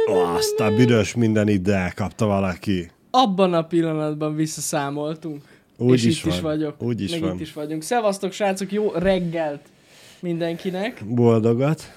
Aztán büdös minden ide elkapta valaki. Abban a pillanatban visszaszámoltunk. Úgy és is itt van. is vagyok. Úgy is meg van. itt is vagyunk. Szevasztok, srácok, jó reggelt mindenkinek. Boldogat.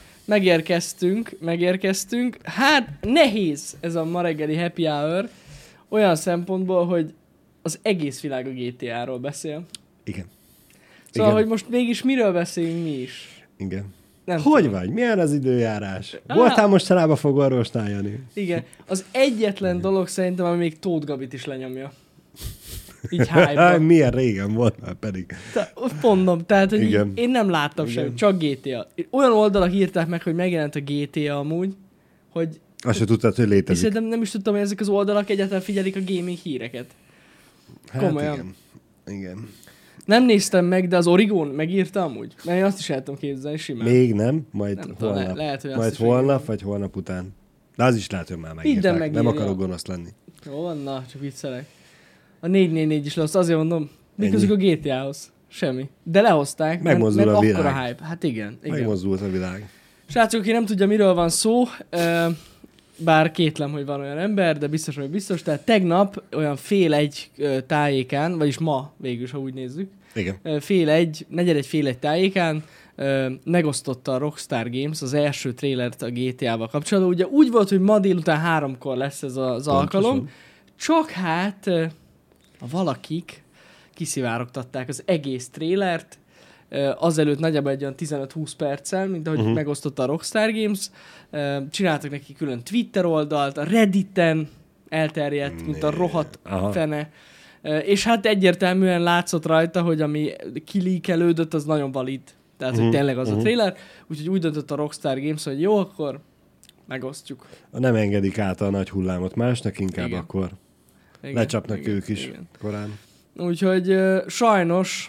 Megérkeztünk. Hát nehéz ez a ma reggeli happy hour. Olyan szempontból, hogy az egész világ a GTA-ról beszél. Igen. Szóval, Igen. hogy most mégis miről beszélünk mi is? Igen. Nem Hogy tudom. vagy? Milyen az időjárás? Voltál mostanában fogorvosnál, Jani? Igen. Az egyetlen dolog szerintem, ami még Tóth Gabit is lenyomja. Így hype-ban. Milyen régen volt már pedig. Mondom, tehát, hogy Igen. én nem láttam Igen. semmit, csak GTA. Olyan oldalak írták meg, hogy megjelent a GTA amúgy, hogy Azt se tudtad, hogy és létezik. szerintem nem is tudtam, hogy ezek az oldalak egyáltalán figyelik a gaming híreket. Komolyan. Hát igen. Nem néztem meg, de az Origón megírta amúgy. Mert én azt is el tudom képzelni simán. Még nem, majd Nem tudom, holnap. lehet, hogy azt Majd is holnap, megírom. vagy holnap után. De az is lehet, hogy már Minden megírták. Nem megírja. akarok gonosz lenni. Jó van, na, csak viccelek. A 444 is lesz, azért mondom, mi közük a GTA-hoz? Semmi. De lehozták, Megmozdul mert a akkora világ. hype. Hát igen. Megmozdult a világ. Srácok, aki nem tudja, miről van szó, bár kétlem, hogy van olyan ember, de biztos, hogy biztos. Tehát tegnap olyan 12:30 tájékán, vagyis ma végül, ha úgy nézzük, Igen. 4:45 tájékán megosztotta a Rockstar Games az első trailert a GTA-val kapcsolatban. Ugye úgy volt, hogy ma délután 3-kor lesz ez az alkalom, csak hát a valakik kiszivárogtatták az egész trailert, azelőtt nagyjából egy olyan 15-20 perccel, mint ahogy megosztotta a Rockstar Games. Csináltak neki külön Twitter oldalt, a Redditen elterjedt, mint a rohadt fene. És hát egyértelműen látszott rajta, hogy ami kilíkelődött, az nagyon valid. Tehát, hogy tényleg az a trailer. Úgyhogy úgy döntött a Rockstar Games, hogy jó, akkor megosztjuk. Nem engedik át a nagy hullámot másnak, inkább Igen. akkor Igen, lecsapnak igen, ők is igen. korán. Úgyhogy sajnos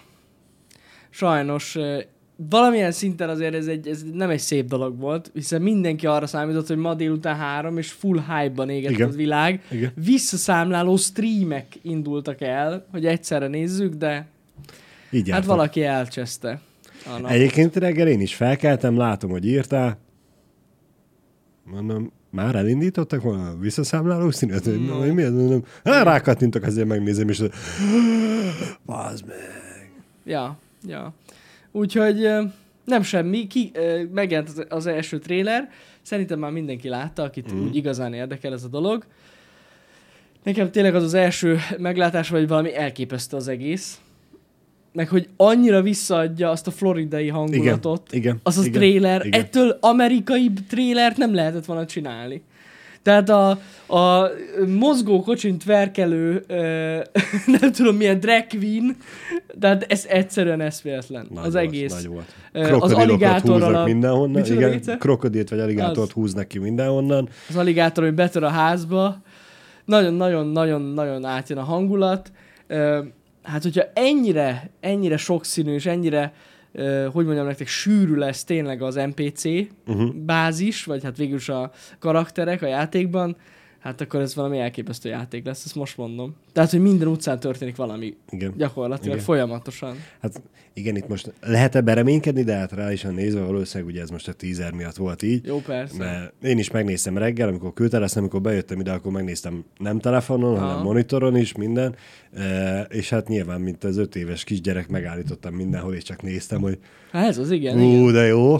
valamilyen szinten azért ez nem egy szép dolog volt, hiszen mindenki arra számított, hogy ma délután 3 és full hype-ban égett Igen. az világ. Igen. Visszaszámláló streamek indultak el, hogy egyszerre nézzük, de Így hát jártak. valaki elcseszte. a napot. Egyébként reggel én is felkeltem, látom, hogy írtál. Mondom, már elindítottak volna a visszaszámláló színet? No. Mi az? Mondom, rákattintok, azért megnézem, és bazd meg. Ja. Úgyhogy nem semmi, megjelent az első trailer, szerintem már mindenki látta, akit úgy igazán érdekel ez a dolog. Nekem tényleg az első meglátás, vagy valami elképesztő az egész. Meg hogy annyira visszaadja azt a floridai hangulatot. Igen. Az igen, trailer. igen. Ettől amerikai trailert nem lehetett volna csinálni. Tehát a mozgó kocsin tverkelő, nem tudom milyen drag queen, tehát ez egyszerűen eszméletlen. Nagy Az volt, egész. Nagy volt. Az Krokodilokat aligátorral húznak mindenhonnan. Micsoda, Igen, Géce? krokodilt vagy aligátort Az. húznak ki mindenhonnan. Az aligátor, hogy betör a házba. Nagyon-nagyon átjön a hangulat. Hát, hogyha ennyire sokszínű és ennyire, hogy mondjam nektek, sűrű lesz tényleg az NPC bázis, vagy hát végül is a karakterek a játékban, hát akkor ez valami elképesztő játék lesz, ezt most mondom. Tehát, hogy minden utcán történik valami Igen. gyakorlatilag Igen. folyamatosan. Hát igen, itt most lehet-e bereménykedni, de hát reálisan nézve valószínűleg ugye ez most a teaser miatt volt így. Jó, persze. Mert én is megnéztem reggel, amikor küldte lesz, amikor bejöttem ide, akkor megnéztem nem telefonon, hanem monitoron is, minden. És hát nyilván, mint az 5 éves kisgyerek, megállítottam mindenhol, és csak néztem, hogy Hát ez az, igen. de jó.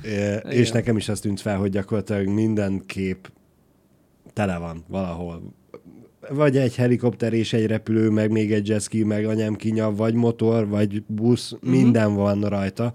És nekem is azt tűnt fel, hogy gyakorlatilag minden kép tele van valahol. Vagy egy helikopter és egy repülő, meg még egy jetski, meg anyámkinya, vagy motor, vagy busz, minden van rajta.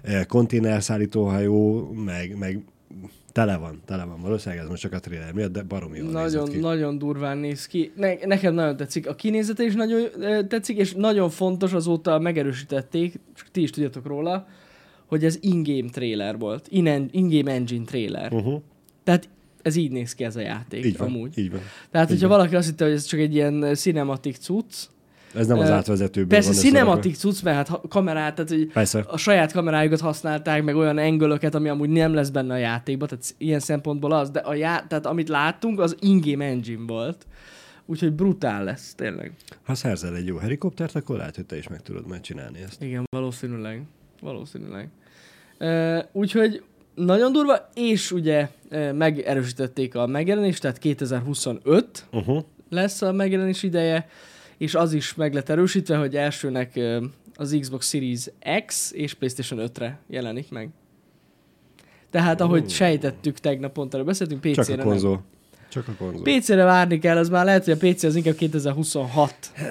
Konténerszállítóhajó, meg tele van. Valószínűleg ez most csak a trailer miatt, de baromi jól nézett ki. Nagyon durván néz ki. Nekem nagyon tetszik. A kinézete is nagyon tetszik, és nagyon fontos, azóta megerősítették, csak ti is tudjatok róla, hogy ez in-game trailer volt. In-game engine trailer. Tehát ez így néz ki ez a játék Így van, amúgy. így van. Tehát, Így hogyha van. valaki azt hitte, hogy ez csak egy ilyen cinematic cucc. Ez nem az átvezetőből Persze van cinematic cucc, mert hát kamerát, tehát hogy Persze. a saját kamerájukat használták, meg olyan engölöket, ami amúgy nem lesz benne a játékban, tehát ilyen szempontból az, de tehát amit láttunk, az in-game engine volt. Úgyhogy brutál lesz, tényleg. Ha szerzel egy jó helikoptert, akkor lehet, hogy te is meg tudod majd csinálni ezt. Igen, valószínűleg. Úgyhogy nagyon durva, és ugye megerősítették a megjelenést, tehát 2025 lesz a megjelenés ideje, és az is meg lett erősítve, hogy elsőnek az Xbox Series X és PlayStation 5-re jelenik meg. Tehát ahogy sejtettük, tegnap pont erről beszéltünk, PC-re Csak a konzol. Csak a konzol. PC-re várni kell, az már lehet, hogy a PC az inkább 2026.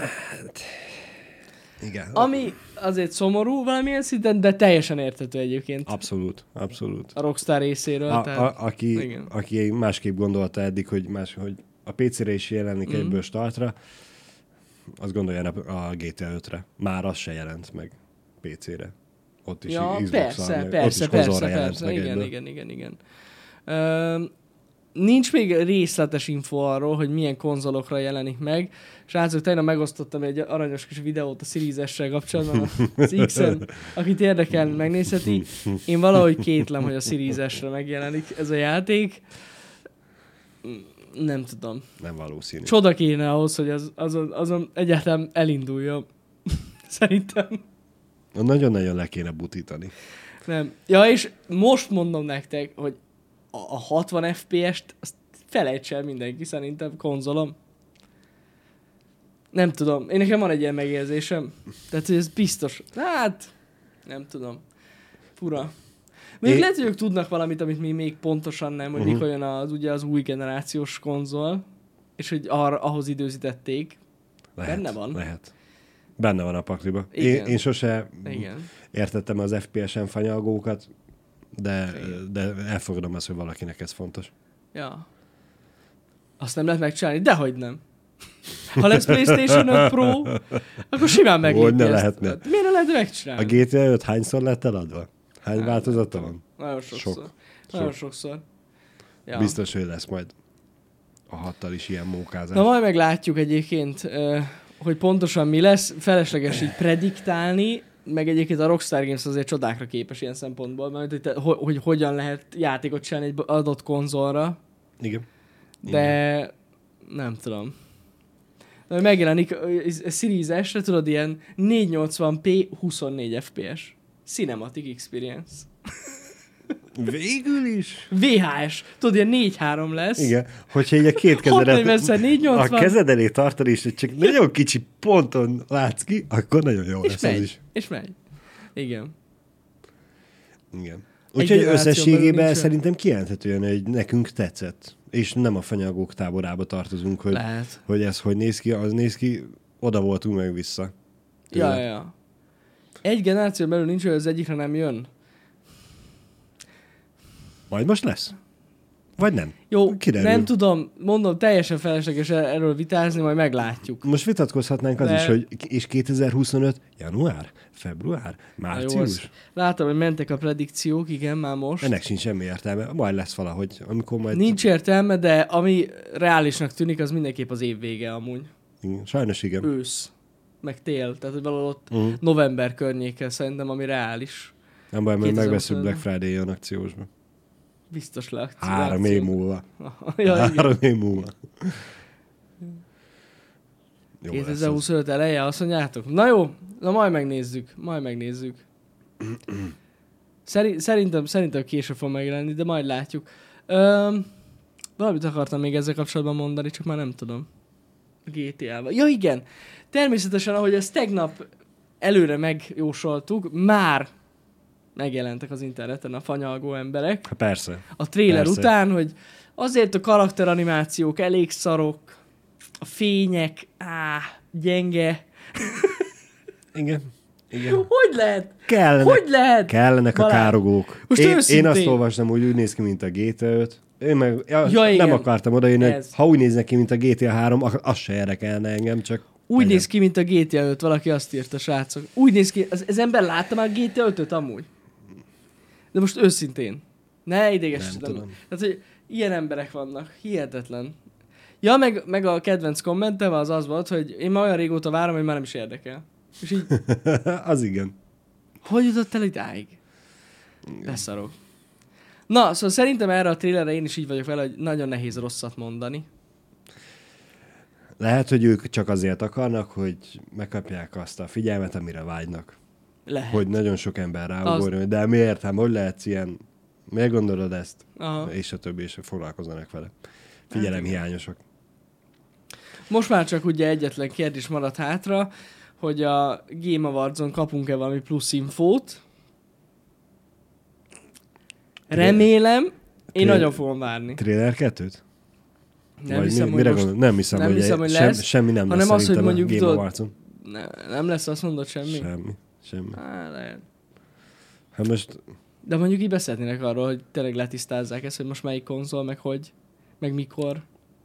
Igen. Ami azért szomorú valamilyen szinten, de teljesen érthető egyébként. Abszolút, abszolút. A Rockstar részéről. Aki másképp gondolta eddig, hogy a PC-re is jelenik egyből startra, azt gondolja a GTA 5-re. Már az se jelent meg PC-re. Ott is Xbox-on, persze. Igen. Nincs még részletes info arról, hogy milyen konzolokra jelenik meg. Srácok, tegnap megosztottam egy aranyos kis videót a Series S-sel kapcsolatban, az X-en, akit érdekel, megnézheti. Én valahogy kétlem, hogy a Series S-re megjelenik ez a játék. Nem tudom. Nem valószínű. Csoda kéne ahhoz, hogy azon egyáltalán elinduljon. Szerintem. Nagyon-nagyon le kéne butítani. Nem. Ja, és most mondom nektek, hogy a 60 FPS-t azt felejts el mindenki szerintem konzolom. Nem tudom. Én nekem van egy ilyen megérzésem. Tehát, hogy ez biztos. Hát, nem tudom. Fura. Még lehet, hogy ők tudnak valamit, amit mi még pontosan nem, hogy mikor jön az új generációs konzol, és hogy ahhoz időzítették. Benne van. Lehet. Benne van a pakliba. Én sose értettem az FPS-en fanyalgókat, de elfogadom azt, hogy valakinek ez fontos. Ja. Azt nem lehet megcsinálni? Dehogy nem. Ha lesz PlayStation 5 Pro, akkor simán meglépi ezt. Lehetne. Miért ne lehet megcsinálni? A GTA 5 hányszor lett eladva? Hány változata van? Nagyon sokszor. Nagyon sokszor. Ja. Biztos, hogy lesz majd a 6-tal is ilyen mókázás. Na majd meglátjuk egyébként, hogy pontosan mi lesz. Felesleges így prediktálni, meg egyébként a Rockstar Games azért csodákra képes ilyen szempontból, mert hogy hogyan lehet játékot csinálni egy adott konzolra. Igen. De nem tudom. De megjelenik a Series S-re, tudod, ilyen 480p 24 FPS. Cinematic Experience. Végül is? VHS. Tudod, ilyen 4:3 lesz. Igen. Hogyha így a két kezedet a kezed elé tartani, és csak nagyon kicsi ponton látsz ki, akkor nagyon jó lesz az is. És megy. Igen. Úgyhogy összességében szerintem kijelenthetően, hogy nekünk tetszett. És nem a fanyagók táborába tartozunk, hogy ez hogy néz ki, az néz ki, oda voltunk meg vissza. Ja. Egy generáció belül nincs, hogy az egyikre nem jön. Majd most lesz? Vagy nem? Jó, kiderül. Nem tudom, mondom, teljesen felesleges erről vitázni, majd meglátjuk. Most vitatkozhatnánk az is, hogy és 2025 január, február, március. Jó, látom, hogy mentek a predikciók, igen, már most. Ennek sincs semmi értelme, majd lesz valahogy, amikor majd... Nincs értelme, de ami reálisnak tűnik, az mindenképp az év vége amúgy. Sajnos igen. Ősz, meg tél, tehát hogy valahol ott november környéken szerintem, ami reális. Nem baj, majd megveszünk Black Friday-on akciósba. Biztos le. 3 év múlva. 3 év múlva. 2025 eleje, azt mondjátok? Na jó, na majd megnézzük. Szerintem később fog megjelenni, de majd látjuk. Valamit akartam még ezzel kapcsolatban mondani, csak már nem tudom. A GTA-val. Ja igen, természetesen, ahogy ezt tegnap előre megjósoltuk, már megjelentek az interneten a fanyalgó emberek. Persze. A trailer után, hogy azért a karakteranimációk elég szarok, a fények, gyenge. Igen. Hogy lehet? Kellenek a károgók. Én azt olvastam, hogy úgy néz ki, mint a GTA 5. Én meg nem akartam odajönni, hogy ha úgy néznek ki, mint a GTA 3, az se érdekelne engem, csak... Úgy néz ki, mint a GTA 5, valaki azt írta, srácok. Úgy néz ki, az ember látta már GTA 5-öt amúgy? De most őszintén. Ne idegesítem. Tehát, hogy ilyen emberek vannak. Hihetetlen. Ja, meg a kedvenc kommentem az volt, hogy én már olyan régóta várom, hogy már nem is érdekel. És így... az igen. Hogy jutott el idáig? Beszarok. Na, szóval szerintem erre a trailerre én is így vagyok vele, hogy nagyon nehéz rosszat mondani. Lehet, hogy ők csak azért akarnak, hogy megkapják azt a figyelmet, amire vágynak. Lehet. Hogy nagyon sok ember ráugorjon, de mi értem, hogy lehetsz ilyen Miért gondolod ezt? Aha. És a többi, és foglalkozzanak vele. Figyelemhiányosok. Most már csak ugye egyetlen kérdés maradt hátra, hogy a Game Awards-on kapunk-e valami plusz infót. Remélem, én nagyon fogom várni. Trailer 2-t? Nem hiszem, hogy most... Nem hiszem, hogy lesz, semmi nem lesz hanem az, hogy szerintem mondjuk a Game Awards-on. Nem lesz, azt mondod semmi? Semmi. Lehet. Hát most... De mondjuk így beszélnének arról, hogy tényleg letisztázzák ezt, hogy most melyik konzol, meg hogy, meg mikor.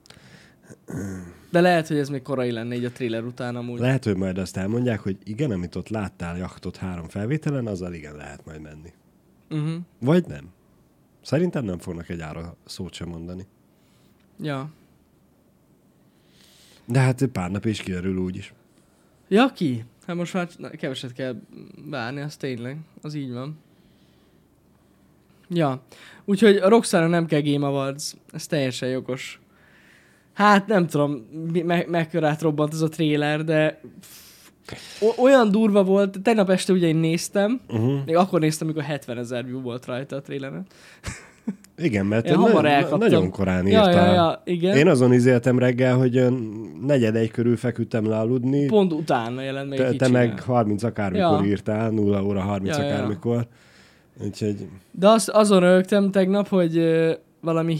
De lehet, hogy ez még korai lenne így a trailer után amúgy. Lehet, hogy majd azt elmondják, hogy igen, amit ott láttál jachtot 3 felvételen, azzal igen lehet majd menni. Vagy nem. Szerintem nem fognak egy ára szót sem mondani. Ja. De hát pár nap is kiderül úgyis. Ja, ki? Hát most már keveset kell várni, az tényleg. Az így van. Ja. Úgyhogy a Rockstarra nem kell Game Awards. Ez teljesen jogos. Hát nem tudom, mekkorát robbant ez a trailer, de olyan durva volt. Tegnap este ugye én néztem. Még akkor néztem, amikor 70 000 view volt rajta a traileren. Igen, mert nagyon korán írtál. Ja, igen. Én azon izéltem reggel, hogy 4:45 körül feküdtem le aludni. Pont utána jelent még Te meg 30 akármikor írtál, 0 óra 30 akármikor. Úgyhogy... De azon rögtem tegnap, hogy valami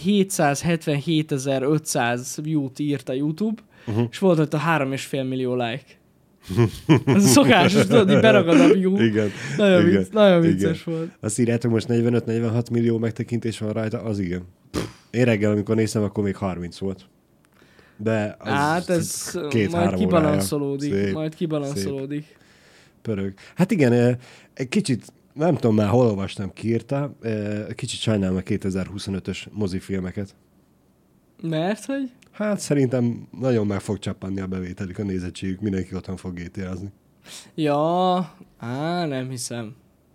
777.500 view-t írt a YouTube, és volt ott a 3,5 millió like. Ez szokásos, tudod, így beragad a view. Igen. Nagyon vicces volt. Azt írjátok, most 45-46 millió megtekintés van rajta, az igen. Én reggel, amikor néztem, akkor még 30 volt. De az hát ez 2-3 majd kibalanszolódik. Majd kibalanszolódik. Szép. Pörög. Hát igen, egy kicsit, nem tudom már, hol olvastam, kiírta, kicsit sajnálom a 2025-ös mozifilmeket. Mert hogy? Hát szerintem nagyon meg fog csappanni a bevételük, a nézettségük, mindenki otthon fog GTA-zni. Ja, nem hiszem.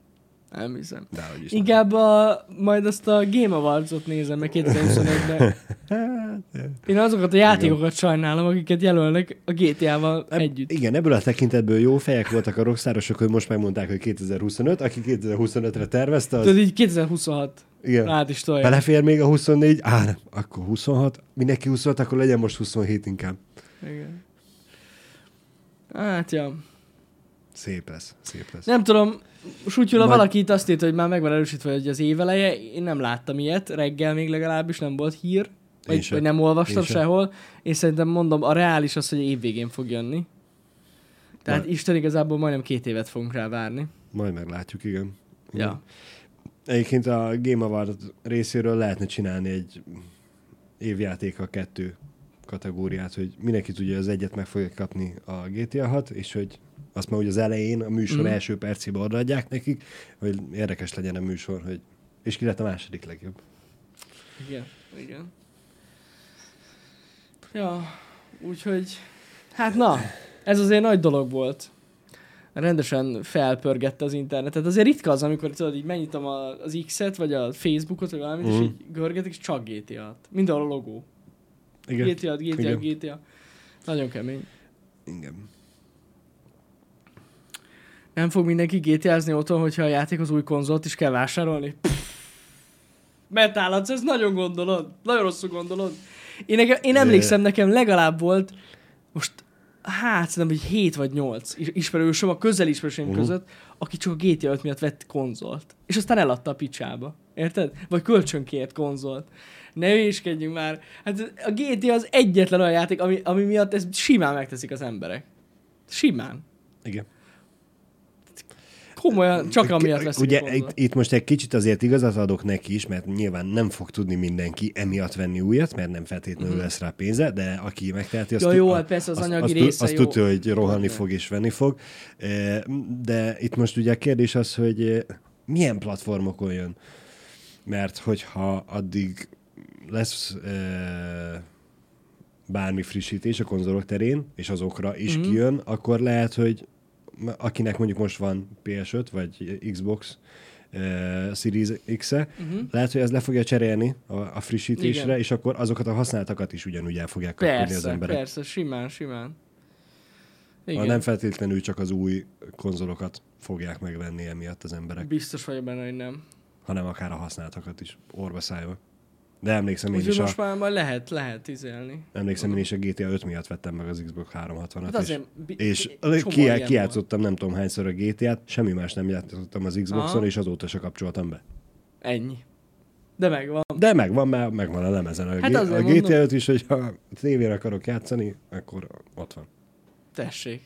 Inkább majd azt a Game Awards-ot nézem meg 2021-ben. Én azokat a játékokat sajnálom, akiket jelölnek a GTA-val együtt. Igen, ebből a tekintetből jó fejek voltak a rockstárosok, hogy most megmondták, hogy 2025, aki 2025-re tervezte, az... Tudod, így 2026. Igen. Át is tolja. Belefér még a 24? Nem, akkor 26. Mindenki 26, akkor legyen most 27 inkább. Igen. Hát, ja. Szép lesz. Nem tudom, Sutyula valaki itt azt írta, hogy már meg van erősítve, hogy az éveleje. Én nem láttam ilyet, reggel még legalábbis nem volt hír. Vagy nem olvastam sehol. És szerintem mondom, a reális az, hogy évvégén fog jönni. Tehát Isten igazából majdnem 2 évet fogunk rá várni. Majd meglátjuk, igen. Ja. Egyébként a Game Award részéről lehetne csinálni egy évjátéka 2 kategóriát, hogy mindenki tudja, az egyet meg fogja kapni a GTA 6, és hogy azt már úgy az elején, a műsor első percében odaadják nekik, hogy érdekes legyen a műsor, hogy és ki lett a második legjobb. Igen. Ja, úgyhogy hát na, ez azért nagy dolog volt. Rendesen felpörgette az internetet. Azért ritka az, amikor tudod, így megnyitom az X-et, vagy a Facebookot, vagy valamit, és így görgetik, és csak GTA-t. Mindenhol a logó. Igen. GTA. Nagyon kemény. Igen. Nem fog mindenki GTA-zni otthon, hogyha a játék az új konzolt is kell vásárolni? Metállatsz, ez nagyon gondolod. Nagyon rosszul gondolod. Én emlékszem, nekem legalább volt, most szerintem, hogy 7 vagy 8 ismerősöm a közeli ismerősöm között, aki csak a GTA 5 miatt vett konzolt. És aztán eladta a picsába. Érted? Vagy kölcsönkért konzolt. Ne hülyéskedjünk már. Hát a GTA az egyetlen olyan játék, ami miatt ezt simán megteszik az emberek. Simán. Igen. Komolyan, csak amiatt veszik ugye itt most egy kicsit azért igazat adok neki is, mert nyilván nem fog tudni mindenki emiatt venni újat, mert nem feltétlenül lesz rá pénze, de aki megteheti, hát persze az anyagi része azt tudja, hogy rohanni fog és venni fog. De itt most ugye a kérdés az, hogy milyen platformokon jön. Mert hogyha addig lesz bármi frissítés a konzolok terén, és azokra is kijön, akkor lehet, hogy akinek mondjuk most van PS5 vagy Xbox Series X-e, lehet, hogy ez le fogja cserélni a frissítésre, igen. És akkor azokat a használtakat is ugyanúgy el fogják kapni az emberek. Persze, simán. Igen. Nem feltétlenül csak az új konzolokat fogják megvenni emiatt az emberek. Biztos vagyok benne, hogy nem. hanem akár a használtakat is, orva szájba. De emlékszem én Úgyhogy is most már lehet izélni. Emlékszem én is a GTA 5 miatt vettem meg az Xbox 360-at. Hát azért és kijátszottam nem tudom hányszor a GTA-t, semmi más nem játszottam az Xboxon, és azóta se kapcsoltam be. Ennyi. De megvan. De megvan, mert megvan a lemezen. A GTA 5 is, hogyha tévére akarok játszani, akkor ott van. Tessék.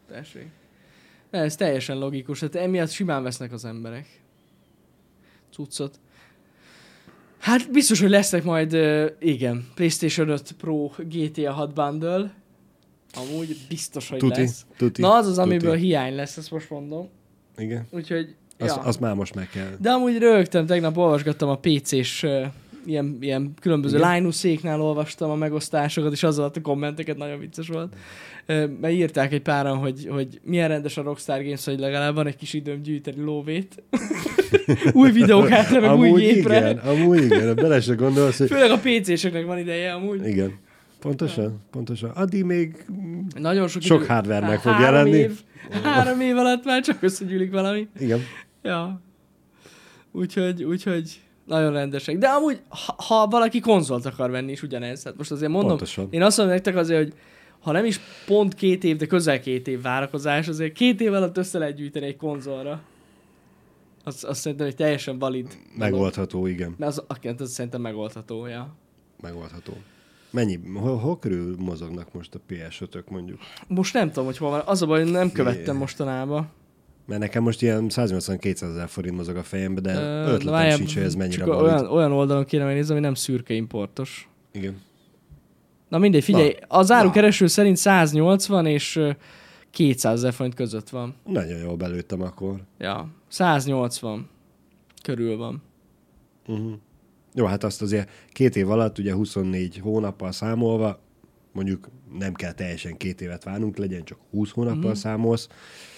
Ez teljesen logikus. Hát emiatt simán vesznek az emberek cuccot. Hát biztos, hogy lesznek majd, igen, PlayStation 5 Pro GTA 6 bundle. Amúgy biztos, hogy lesz. Na az, amiből hiány lesz, ezt most mondom. Igen. Úgyhogy, azt már most meg kell. De amúgy rögtem, tegnap olvasgattam a PC-s ilyen különböző Linus-éknál olvastam a megosztásokat, és az alatt a kommenteket, nagyon vicces volt. Mert írták egy páran, hogy milyen rendes a Rockstar Games, hogy legalább van egy kis időm gyűjteni lóvét. Új videókártyára, meg új gépre. Amúgy igen, bele se gondolsz, hogy... Főleg a PC-seknek van ideje amúgy. Igen. Pontosan. Addig még nagyon sok hardware meg fog jelenni. 3 év alatt már csak összegyűlik valami. Igen. Ja. Úgyhogy nagyon rendesek. De amúgy, ha valaki konzolt akar venni is ugyanez. Hát most azért mondom, pontosan. Én azt mondom nektek azért, hogy ha nem is pont 2 év, de közel 2 év várakozás, azért 2 év alatt össze lehet gyűjteni egy konzolra. Azt szerintem egy teljesen valid. Megoldható, igen. Mert az szerintem megoldható, ja. Megoldható. Mennyi? Hol körül mozognak most a PS5-ök mondjuk? Most nem tudom, hogy hol van. Az a baj, hogy nem követtem mostanában. Mert nekem most ilyen 180-200 000 forint mozog a fejembe, de ötletem sincs, hogy ez mennyire valid. Olyan oldalon kéne megnézni, ami nem szürke importos. Igen. Na mindegy, figyelj, az árukereső szerint 180 és 200 000 forint között van. Nagyon jól belőttem akkor. Ja, 180 körül van. Jó, hát azt azért 2 év alatt, ugye 24 hónappal számolva, mondjuk nem kell teljesen 2 évet várnunk, legyen csak 20 hónappal számolsz,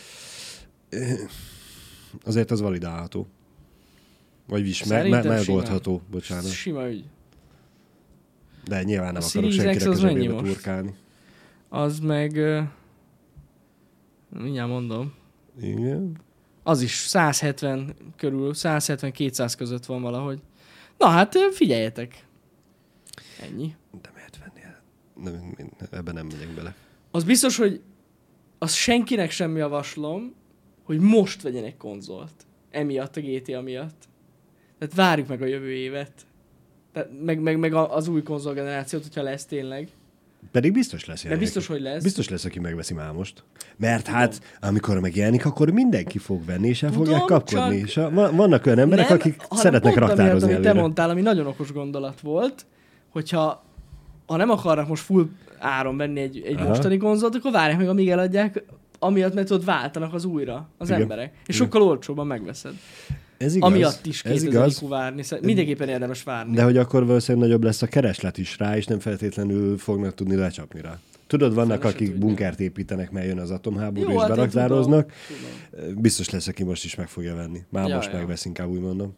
azért az validálható. Vagy megoldható, bocsánat. Sima ügy. De nyilván nem akarok senkire közöbbébe turkálni. Az meg... mindjárt mondom. Igen. Az is 170 körül, 170-200 között van valahogy. Na hát figyeljetek. Ennyi. De miért venni? Ebben nem megyek bele. Az biztos, hogy az senkinek sem javaslom, hogy most vegyen egy konzolt. Emiatt, a GTA miatt. Tehát várjuk meg a jövő évet. Tehát meg az új konzolgenerációt, hogyha lesz tényleg. Pedig biztos lesz. De biztos, hogy lesz. Biztos lesz, aki megveszi már most. Mert hát, amikor megjelenik, akkor mindenki fog venni, és el fogják kapkodni. És vannak olyan emberek, akik szeretnek raktározni előre. Amit te mondtál, ami nagyon okos gondolat volt, hogyha nem akarnak most full áron venni egy mostani konzolt, akkor várják meg, amíg eladják, amiatt mert ott váltanak az újra az emberek. És sokkal olcsóbban megveszed. Ez igaz. Amiatt is 2000 várni. Mindenképpen érdemes várni. De hogy akkor valószínűleg nagyobb lesz a kereslet is rá, és nem feltétlenül fognak tudni lecsapni rá. Tudod, vannak, akik bunkert építenek, mert jön az atomháború, és beraktároznak. Biztos lesz, aki most is meg fogja venni. Már most megvesz, inkább úgy mondom.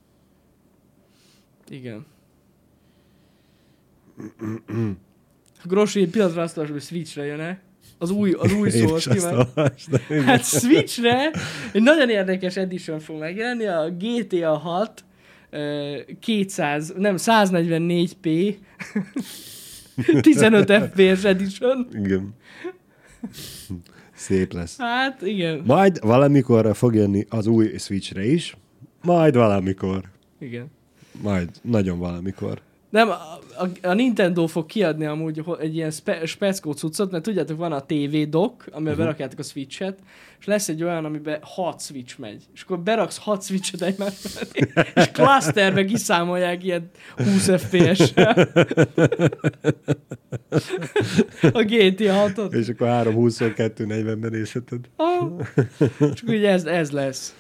Igen. Grossi egy pillanatra azt hogy Switchre jön-e? Az új szó. Hát Switchre egy nagyon érdekes edition fog megjelenni, a GTA 6 144p 15 FPS edition. Igen. Szép lesz. Hát igen. Majd valamikor fog jönni az új Switchre is. Majd valamikor. Igen. Majd nagyon valamikor. Nem, a Nintendo fog kiadni amúgy egy ilyen speckó cuccot, mert tudjátok, van a TV dock, amiben berakjátok a Switch-et, és lesz egy olyan, amiben 6 Switch megy. És akkor beraksz 6 Switch-et egymás mellé, és clusterbe kiszámolják ilyen 20 FPS-sel. A GTA 6-ot. És akkor 3-22-40-ben nézheted. Csak ugye ez lesz.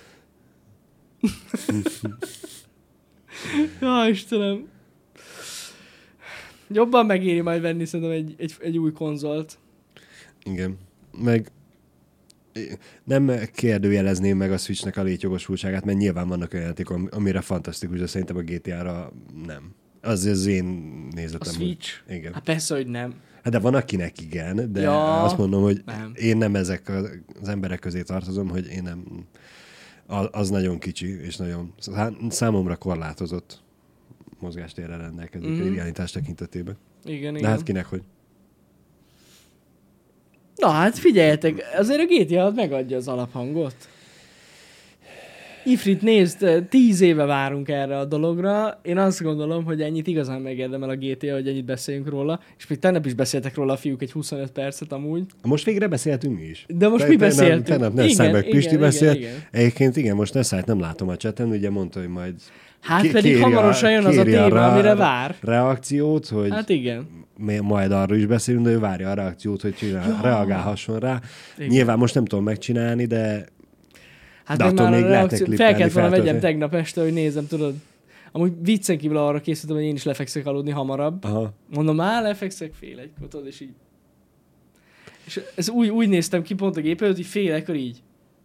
Ja, Istenem. Jobban megéri majd venni szerintem egy új konzolt. Igen. Meg nem kérdőjelezném meg a Switchnek a létjogosultságát, mert nyilván vannak olyan játékok, amire fantasztikus, de szerintem a GTA-ra nem. Az én nézetem. A Switch? Hogy, igen. Hát persze, hogy nem. Hát de van akinek igen, de azt mondom, hogy én nem ezek az emberek közé tartozom, hogy én nem Az nagyon kicsi, és nagyon számomra korlátozott mozgástérrel rendelkezik a irányítás tekintetében. Igen, De igen. hát kinek hogy? Na hát figyeljetek, azért a GTA megadja az alaphangot. Ifrit nézd, 10 éve várunk erre a dologra. Én azt gondolom, hogy ennyit igazán megérdemel a GTA, hogy ennyit beszéljünk róla. És még tegnap is beszéltek róla a fiúk egy 25 percet amúgy. Most végre beszéltünk mi is. De most mi beszéltünk? Tegnap Nessai meg Pisti beszélt. Igen. Egyébként igen, most Nessait nem látom a chaten, ugye mondta, hogy majd Hát pedig hamarosan jön az a téma, amire vár. Reakciót, hogy Hát igen. majd arról is beszélünk, de ő várja a reakciót, hogy reagálhasson rá. Igen. Nyilván most nem tudom megcsinálni, de Hát de én attól már még lehet fel kellett volna vegyem tegnap este, hogy nézem, tudod. Amúgy viccen kívül arra készültem, hogy én is lefekszek aludni hamarabb. Aha. Mondom, lefekszek fél egykor, tudod, és így. És ez úgy néztem ki pont a gép előtt, hogy fél egykor így.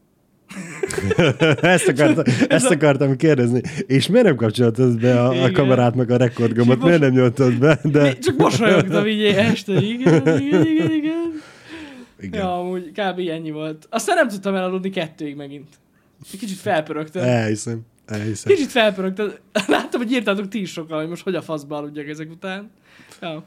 ezt akartam kérdezni. És miért nem kapcsoltad be a kamerát, meg a rekordgomot? Miért nem nyomtad be? De... Csak mosolyogtam így este. Igen. Ja, amúgy kb. Ennyi volt. Aztán nem tudtam elaludni 2-ig megint. Kicsit felpörögtem. Elhiszem. Kicsit felpörögtem. Láttam, hogy írtátok ti is sokan, hogy most hogy a faszba aludjak ezek után. Ja.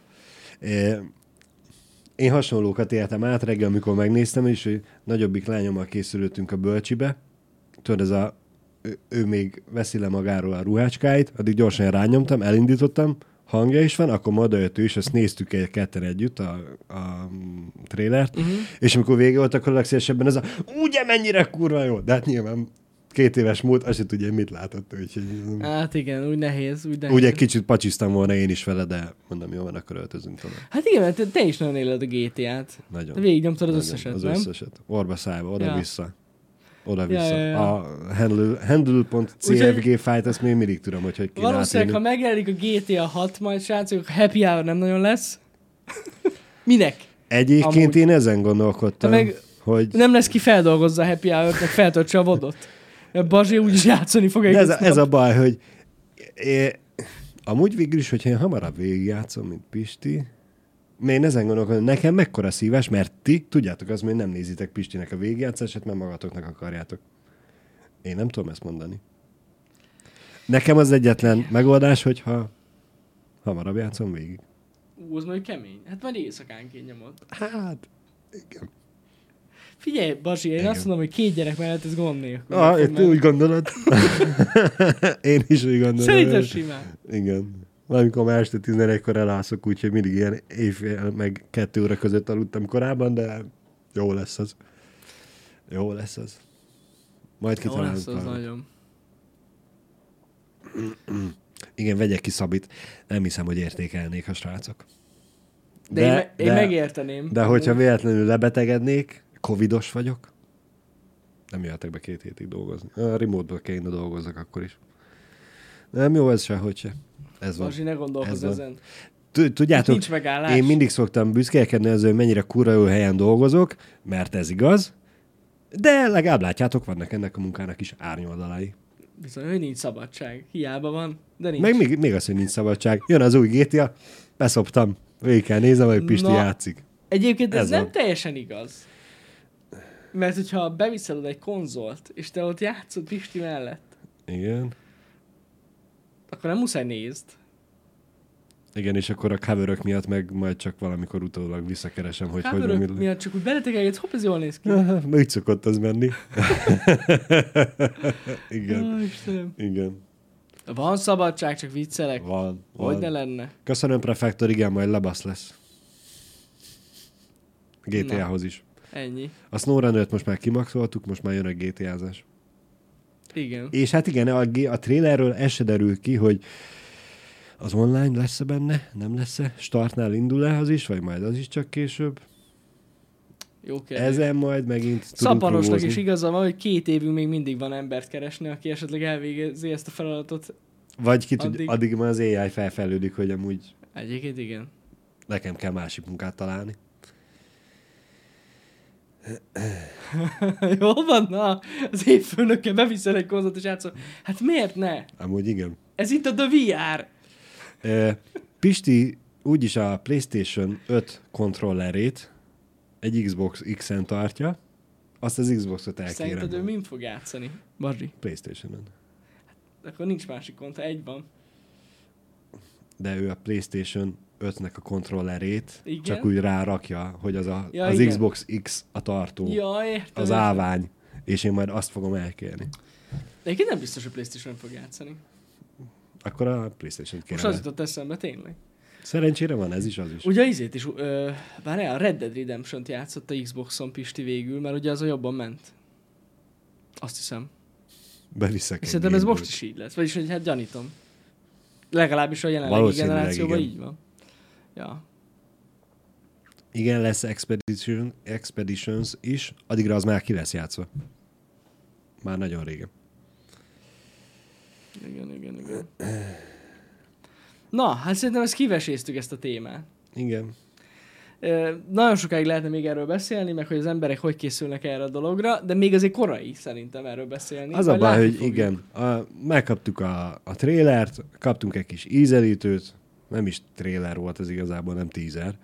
Én hasonlókat éltem át reggel, amikor megnéztem, és hogy nagyobbik lányommal készülöttünk a bölcsibe. Tudod, ő még veszi le magáról a ruhácskáit, addig gyorsan rányomtam, elindítottam, hangja is van, akkor ma odajött ő, és azt néztük ketten együtt a trélert, és amikor vége volt, akkor legszívesebben ez ugye mennyire kurva jó, de hát nyilván 2 éves múlt, azt se tudja, mit látott ő. Úgyhogy... Hát igen, úgy nehéz. Úgy egy kicsit pacsiztam volna én is vele, de mondom, jó van, akkor öltözünk tovább. Hát igen, mert te is nagyon éled a GTA-t. Nagyon. Te végignyomtad az összeset, az nem? összeset. Orba szájba, oda-vissza. Oda-vissza. Ja. A handle.cfg fájt, azt még mindig tudom, hogy kéne valószínűleg, ha megjelenik a GTA 6 majd, srácok, happy hour nem nagyon lesz. Minek? Egyébként amúgy én ezen gondolkodtam, meg hogy... Nem lesz ki feldolgozza a happy hour-t, meg feltöltse a vodot. Bazsi úgyis játszani fog egész ez a baj, hogy amúgy végül is, hogyha én hamarabb végigjátszom, mint Pisti, én ezen gondolkodom, nekem mekkora szívás, mert ti, tudjátok azt, hogy nem nézitek Pistinek a végigjátszását, mert magatoknak akarjátok. Én nem tudom ezt mondani. Nekem az egyetlen megoldás, hogyha hamarabb játszom végig. Az majd kemény. Hát majd éjszakánként nyomod. Hát, igen. Figyelj, Bazsi, én azt mondom, hogy 2 gyerek mellett ez gond nélkül. Te úgy gondolod? Én is úgy gondolom. Szerintem simán. Igen. Valamikor már este 11-kor elászok, úgyhogy mindig ilyen éjfél meg 2 óra között aludtam korábban, de jó lesz az. Jó lesz az. Majd kitalálunk. Jó lesz az nagyon. Igen, vegyek ki Szabit. Nem hiszem, hogy értékelnék a srácok. De én megérteném. De hogyha véletlenül lebetegednék, covidos vagyok, nem jöhetek be 2 hétig dolgozni. A remote-ból kéne dolgozzak akkor is. Nem jó ez sehogy se. Ez van. Bazsi, ne gondolkozz ezen. Tudjátok, nincs megállás. Én mindig szoktam büszkélkedni az, hogy mennyire kurva jó helyen dolgozok, mert ez igaz, de legalább látjátok, vannak ennek a munkának is árnyoldalai. Bizony, hogy nincs szabadság. Hiába van, de nincs. Meg még az, hogy nincs szabadság. Jön az új GTA, beszoptam. Végig kell nézem, hogy Pisti játszik. Egyébként ez nem teljesen igaz. Mert hogyha beviszel oda egy konzolt, és te ott játszod Pisti mellett, igen, akkor nem muszáj nézd. Igen, és akkor a coverök miatt meg majd csak valamikor utólag visszakeresem, hogy hogy coverök miatt csak úgy beletegelgetsz, hopp, ez jól néz ki. Úgy szokott az menni. Igen. Ó, Istenem. Igen. Van szabadság, csak viccelek. Van. Hogy ne lenne. Köszönöm, Prefektor, igen, majd lebasz lesz. GTA-hoz is. Ennyi. A SnowRunner-t most már kimaxoltuk, most már jön a GTA-zás. Igen. És hát igen, a trailerről ez se derül ki, hogy az online lesz-e benne, nem lesz-e? Startnál indul-e az is, vagy majd az is csak később? Jó kérdés. Ezen majd megint Szapanosnak is igaza van, hogy 2 évünk még mindig van embert keresni, aki esetleg elvégezi ezt a feladatot. Vagy ki addig már az AI felfejlődik, hogy amúgy egyébként igen. Nekem kell másik munkát találni. Jó van, na, az évfőnökkel beviszel egy konzolt és játszol. Hát miért ne? Amúgy igen. Ez itt a The VR. Pisti úgyis a PlayStation 5 kontrollerét egy Xbox X-en tartja, azt az Xboxot elkérem. Szerinted ő min fog játszani? Bazsi? PlayStation-on. Akkor nincs másik konta, egy van. De ő a PlayStation 5-nek a kontrollerét Igen? csak úgy rárakja, hogy az igen. Xbox X a tartó, Ja, értem. az állvány, és én majd azt fogom elkérni. De egyébként nem biztos, hogy PlayStation fog játszani. Akkor a PlayStation-t Most kérem. az jutott eszembe, tényleg. Szerencsére van ez is, az is. Ugye izét is, várjál, a Red Dead Redemption-t játszott a Xboxon Pisti végül, mert ugye az a jobban ment. Azt hiszem. Beviszek egy Szerintem ez Game most is így lesz. Vagyis, hogy hát gyanítom. Legalábbis a jelenlegi Valószínűleg generációban igen. így van. Ja. Igen, lesz Expeditions is, addigra az már ki lesz játszva. Már nagyon régen. Igen. Na, hát szerintem ezt kiveséztük ezt a témát. Igen. Nagyon sokáig lehetne még erről beszélni, meg hogy az emberek hogy készülnek erre a dologra, de még azért korai szerintem erről beszélni. Az a baj, hogy igen, megkaptuk a trélert, kaptunk egy kis ízelítőt, nem is tréler volt ez igazából, nem teaser.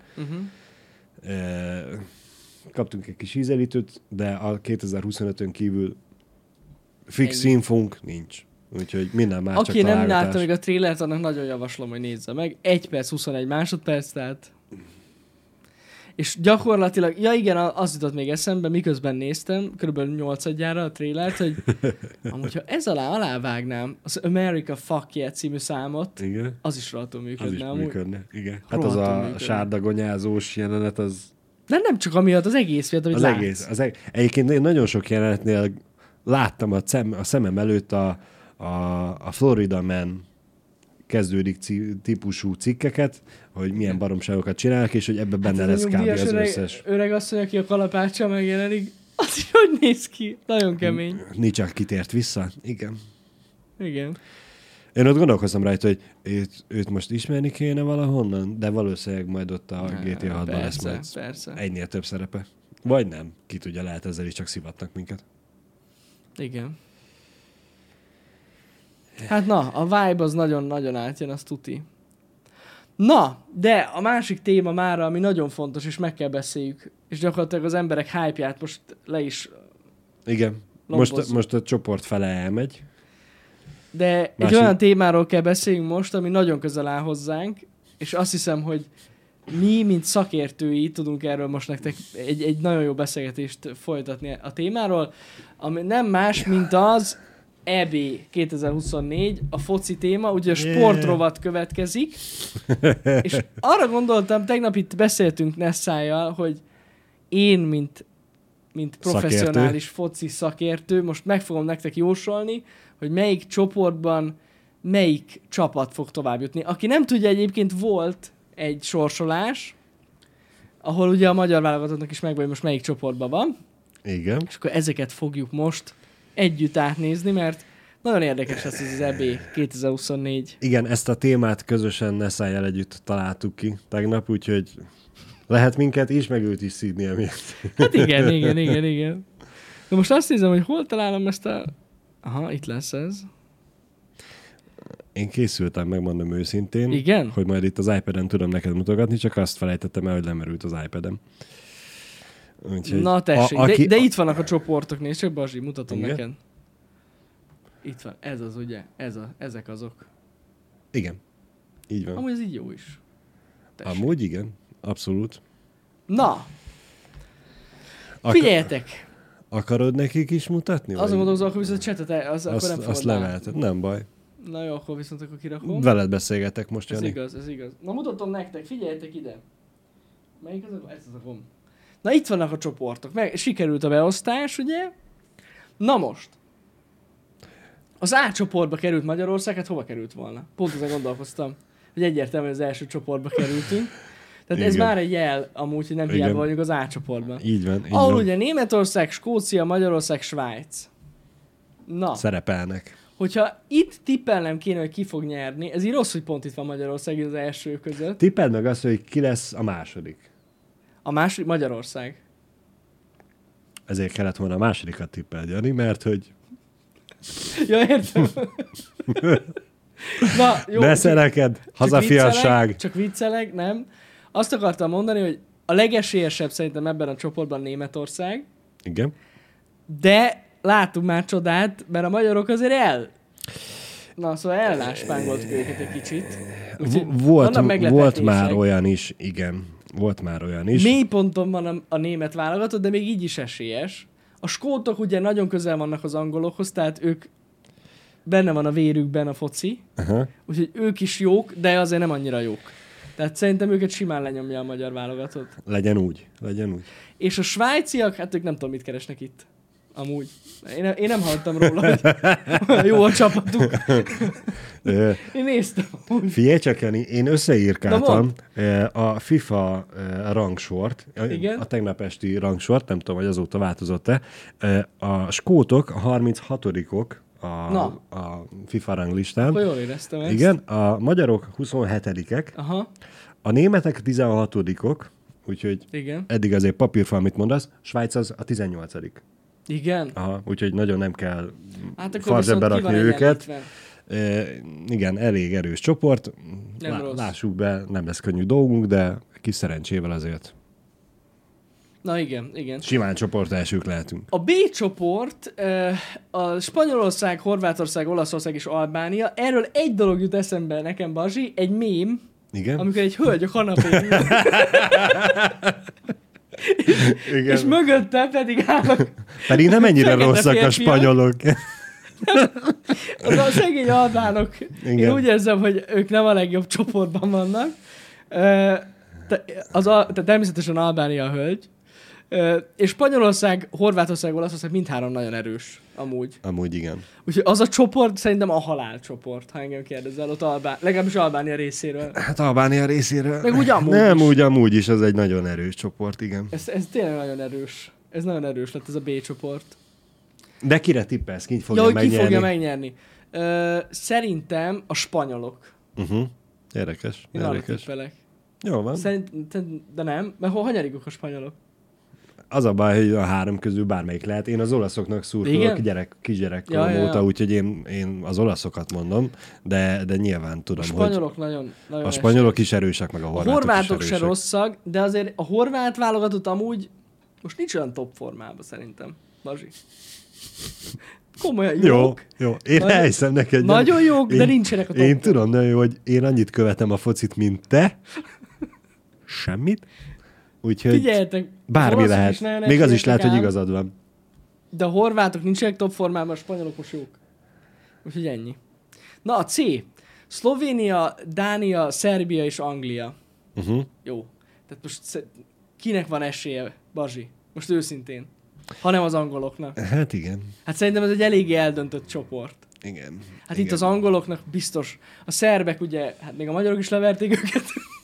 Kaptunk egy kis ízelítőt, de a 2025-ön kívül fix infónk nincs. Úgyhogy minden már csak aki nem találgatás. látta még a trélert, annak nagyon javaslom, hogy nézze meg. 1 perc, 21 másodperc, tehát... És gyakorlatilag, ja igen, az jutott még eszembe, miközben néztem, körülbelül 8-adjára a trélert, hogy amúgy, ha ez alávágnám az America Fuck Yeah című számot, Igen. az is rohadtul működne. Az is amúgy. működne, igen. Hát az Rohadtul a működne. sárdagonyázós jelenet, az... De nem csak amiatt, az egész miatt, amit Az látsz. egész. Egyébként én nagyon sok jelenetnél láttam a szemem előtt a Florida Man kezdődik típusú cikkeket, hogy milyen baromságokat csinálnak, és hogy ebben benne lesz kb. Az összes. Öreg asszony, aki a kalapáccsal megjelenik, az is hogy néz ki? Nagyon kemény. Nincs kitért vissza? Igen. Igen. Én ott gondolkoztam rajta, hogy őt most ismerni kéne valahonnan, de valószínűleg majd ott a GTA 6-ban lesz majd Persze. egynél több szerepe. Vagy nem. Ki tudja, lehet ezzel is csak szivatnak minket. Igen. Hát na, a vibe az nagyon-nagyon átjön, az tuti. Na, de a másik téma mára, ami nagyon fontos, és meg kell beszéljük, és gyakorlatilag az emberek hype-ját most le is Igen. Most a csoport fele elmegy. De egy olyan témáról kell beszéljünk most, ami nagyon közel áll hozzánk, és azt hiszem, hogy mi, mint szakértői tudunk erről most nektek egy nagyon jó beszélgetést folytatni a témáról, ami nem más, mint az EB 2024, a foci téma, ugye a sportrovat következik, és arra gondoltam, tegnap itt beszéltünk Nessájjal, hogy én, mint professzionális foci szakértő, most meg fogom nektek jósolni, hogy melyik csoportban melyik csapat fog tovább jutni. Aki nem tudja, egyébként volt egy sorsolás, ahol ugye a magyar válogatottnak is megvan, hogy most melyik csoportban van. Igen. És akkor ezeket fogjuk most együtt átnézni, mert nagyon érdekes lesz ez az EB 2024. Igen, ezt a témát közösen Nessájjal együtt találtuk ki tegnap, úgyhogy lehet minket is, meg őt is szídni emiatt. Hát igen. De most azt nézem, hogy hol találom ezt a... Aha, itt lesz ez. Én készültem, megmondom őszintén, Igen? hogy majd itt az iPad-en tudom neked mutogatni, csak azt felejtettem el, hogy lemerült az iPad-em. Úgyhogy na tessék, de itt vannak a csoportok, nézd csak, Bazsi, mutatom igen? neked. Itt van, ez az ugye, ezek azok. Igen, így van. Amúgy ez így jó is. Tessék. Amúgy igen, abszolút. Na, figyeljetek! Akarod nekik is mutatni? Azon gondolom, akkor viszont a chatet, akkor nem fogod azt levelted, nem baj. Na jó, akkor viszont akkor kirakom. Veled beszélgetek most, Ez Jani. igaz. Na mutatom nektek, figyeljetek ide. Melyik az a... Ez az a gomb. Na itt vannak a csoportok. Sikerült a beosztás, ugye? Na most. Az A csoportba került Magyarország, hát hova került volna? Pont ezen gondolkoztam, hogy egyértelműen az első csoportba kerültünk. Tehát ez igen. már egy jel amúgy, hogy nem hiába vagyunk az A csoportban. Így van, így ahol van. ugye Németország, Skócia, Magyarország, Svájc. Na, szerepelnek. hogyha itt tippelnem kéne, hogy ki fog nyerni, ez így rossz, hogy pont itt van Magyarország az első között. Tippeld meg azt, hogy ki lesz a második. A második Magyarország. Ezért kellett volna a másodikat tippeld, Jani, mert hogy Ja, értem. Na, jó. beszeleked, hazafiasság. Csak viccelek, nem. Azt akartam mondani, hogy a legesélyesebb szerintem ebben a csoportban Németország. Igen. De látunk már csodát, mert a magyarok azért szóval elláspángoltuk őket egy kicsit. Volt már olyan is, igen. Volt már olyan is. Mély ponton van a német válogatott, de még így is esélyes. A skótok ugye nagyon közel vannak az angolokhoz, tehát ők benne van a vérükben a foci, úgyhogy ők is jók, de azért nem annyira jók. Tehát szerintem őket simán lenyomja a magyar válogatott. Legyen úgy. És a svájciak, hát ők nem tudom, mit keresnek itt. Amúgy. Én nem hallottam róla, hogy jó a csapatuk. Én néztem. Figyelj csak, Jani, én összeírkáltam a FIFA rangsort, a tegnap esti rangsort, nem tudom, hogy azóta változott-e. A skótok a 36-ok a FIFA ranglistán. Akkor jól éreztem ezt. Igen, a magyarok 27-ek, a németek 16-ok, úgyhogy igen. Eddig azért papírfa, amit mondasz, Svájc az a 18. Igen? Úgyhogy nagyon nem kell farzsebbe rakni őket. Igen, elég erős csoport. Lássuk be, nem lesz könnyű dolgunk, de kis szerencsével azért. Na igen. Simán csoport elsők lehetünk. A B csoport, a Spanyolország, Horvátország, Olaszország és Albánia. Erről egy dolog jut eszembe nekem, Bazsi, egy mém, igen? Amikor egy hölgy a kanapén igen. És mögötte pedig állnak. Pedig nem ennyire rosszak a spanyolok. Az a szegény albánok. Igen. Én úgy érzem, hogy ők nem a legjobb csoportban vannak. Természetesen Albánia a hölgy. És Spanyolország, Horvátország, Olaszország mindhárom nagyon erős. Amúgy igen. Úgyhogy az a csoport szerintem a halálcsoport, ha engem kérdezel, ott legalábbis Albánia részéről. Hát Albánia részéről. Meg úgy amúgy nem, is. úgy amúgy is, az egy nagyon erős csoport, igen. Ez tényleg nagyon erős. Ez nagyon erős lett ez a B csoport. De kire tippelsz? Ki fogja megnyerni? Szerintem a spanyolok. Érdekes. Én arra tippelek. Jó van. De nem, mert hanyarikok a spanyolok? Az a baj, hogy a három közül bármelyik lehet. Én az olaszoknak szurkolok kisgyerekkorom óta, úgyhogy én az olaszokat mondom, de nyilván tudom, hogy... A spanyolok nagyon a spanyolok is erősek, meg a horvátok se rosszak, de azért a horvát válogatott amúgy most nincs olyan top formában szerintem, Bazsi. Komolyan jók. Jó. Én elhiszem neked. Nagyon jók, de nincsenek a top. Én tudom, nagyon jó, hogy én annyit követem a focit, mint te. Semmit. Úgyhogy figyeljetek, bármi lehet. Még az is lehet, hogy igazad van. De a horvátok nincsenek top formában, a spanyolok most jók. Úgyhogy ennyi. Na a C. Szlovénia, Dánia, Szerbia és Anglia. Jó. Tehát most kinek van esélye, Bazsi? Most őszintén. Hanem az angoloknak. Hát igen. Hát szerintem ez egy eléggé eldöntött csoport. Igen. Hát igen. Itt az angoloknak biztos. A szerbek ugye, hát még a magyarok is leverték őket.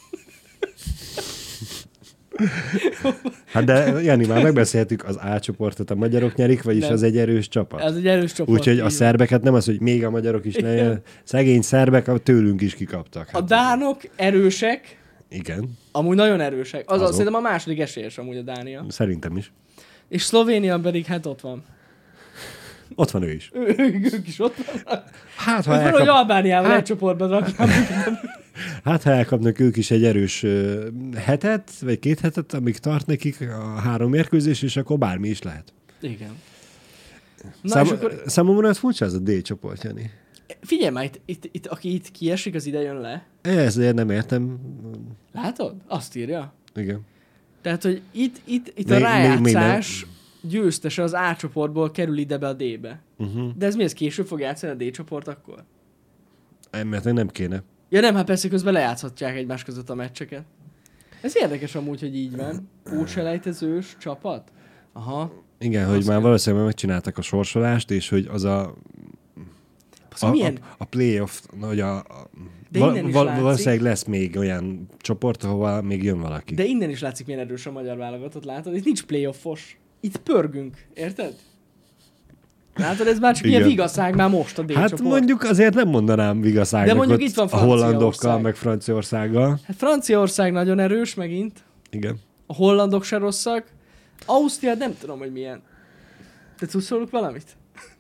Hát de Jani, már megbeszéltük, az A csoportot a magyarok nyerik, vagyis nem. Az egy erős csapat. Ez egy erős csoport. Úgyhogy a szerbeket nem az, hogy még a magyarok is ne, szegény szerbek tőlünk is kikaptak. Hát a dánok erősek. Igen. Amúgy nagyon erősek. Szerintem a második esélyes amúgy a Dánia. Szerintem is. És Szlovénia pedig hát ott van. Ott van ő is. Ők is ott van. Hát, ha hogy Albániával egy csoportban raknám. Hát, ha elkapnak ők is egy erős hetet, vagy 2 hetet, amíg tart nekik a 3 mérkőzés, és akkor bármi is lehet. Igen. Számomra ez furcsa, ez a D csoport, Jani. Figyelj már, itt, aki itt kiesik, az ide jön le. Ezért nem értem. Látod? Azt írja. Igen. Tehát, hogy itt a rájátszás győztese az A csoportból kerül ide be a D-be. De ez mi, ez később fog játszani a D csoport akkor? Mert nem kéne. Ja nem, hát persze közben lejátszhatják egymás között a meccseket. Ez érdekes amúgy, hogy így van. Pótselejtezős csapat? Aha. Igen, hogy már valószínűleg megcsináltak a sorsolást, és hogy az a playoff, hogy valószínűleg lesz még olyan csoport, ahova még jön valaki. De innen is látszik, milyen erős a magyar válogatott, látod? Itt nincs playoffos. Itt pörgünk, érted? Látod, ez már csak ilyen vigaszág már most a D-csoport. Hát mondjuk azért nem mondanám vigaszágnak. De mondjuk itt van a hollandokkal, meg Franciaországgal. Hát Franciaország nagyon erős megint. Igen. A hollandok se rosszak. Ausztria nem tudom, hogy milyen. Te szólok valamit?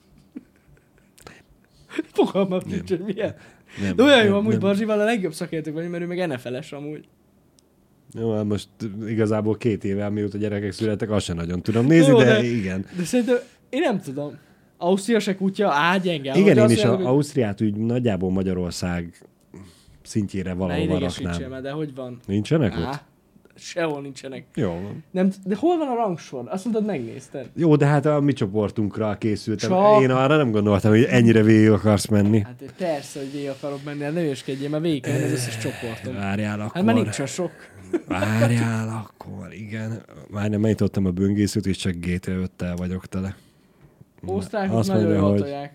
Fogalmam nincs, hogy milyen. De olyan jó, amúgy Barzsival a legjobb szakértők vagyunk, mert ő meg NFL-es amúgy. Jó, most igazából 2 éve, mióta gyerekek születtek, azt sem nagyon tudom nézni, jó, de igen. De szerintem Én nem tudom. Ausztria se kutya, gyenge. Igen, én is Ausztriát úgy nagyjából Magyarország szintjére Ne valahova idegesítsél raknám. már, de hogy van? Nincsenek ott? Sehol nincsenek. Jó van. Nem, de hol van a rangsor? Azt mondtad, megnézted. Jó, de hát a mi csoportunkra készültem. Csak- Én arra nem gondoltam, hogy ennyire végig akarsz menni. Hát persze, hogy végig akarok menni, hát ne hülyeskedjél, mert végig kell menni az összes csoportom. Várjál akkor. Hát már nincs a sok. Várjál akkor, igen. Már nem megnyitottam a böngészőt, és csak GTA 5-tel vagyok tele. Osztrákok Azt nagyon mondja, jól hogy- tolják.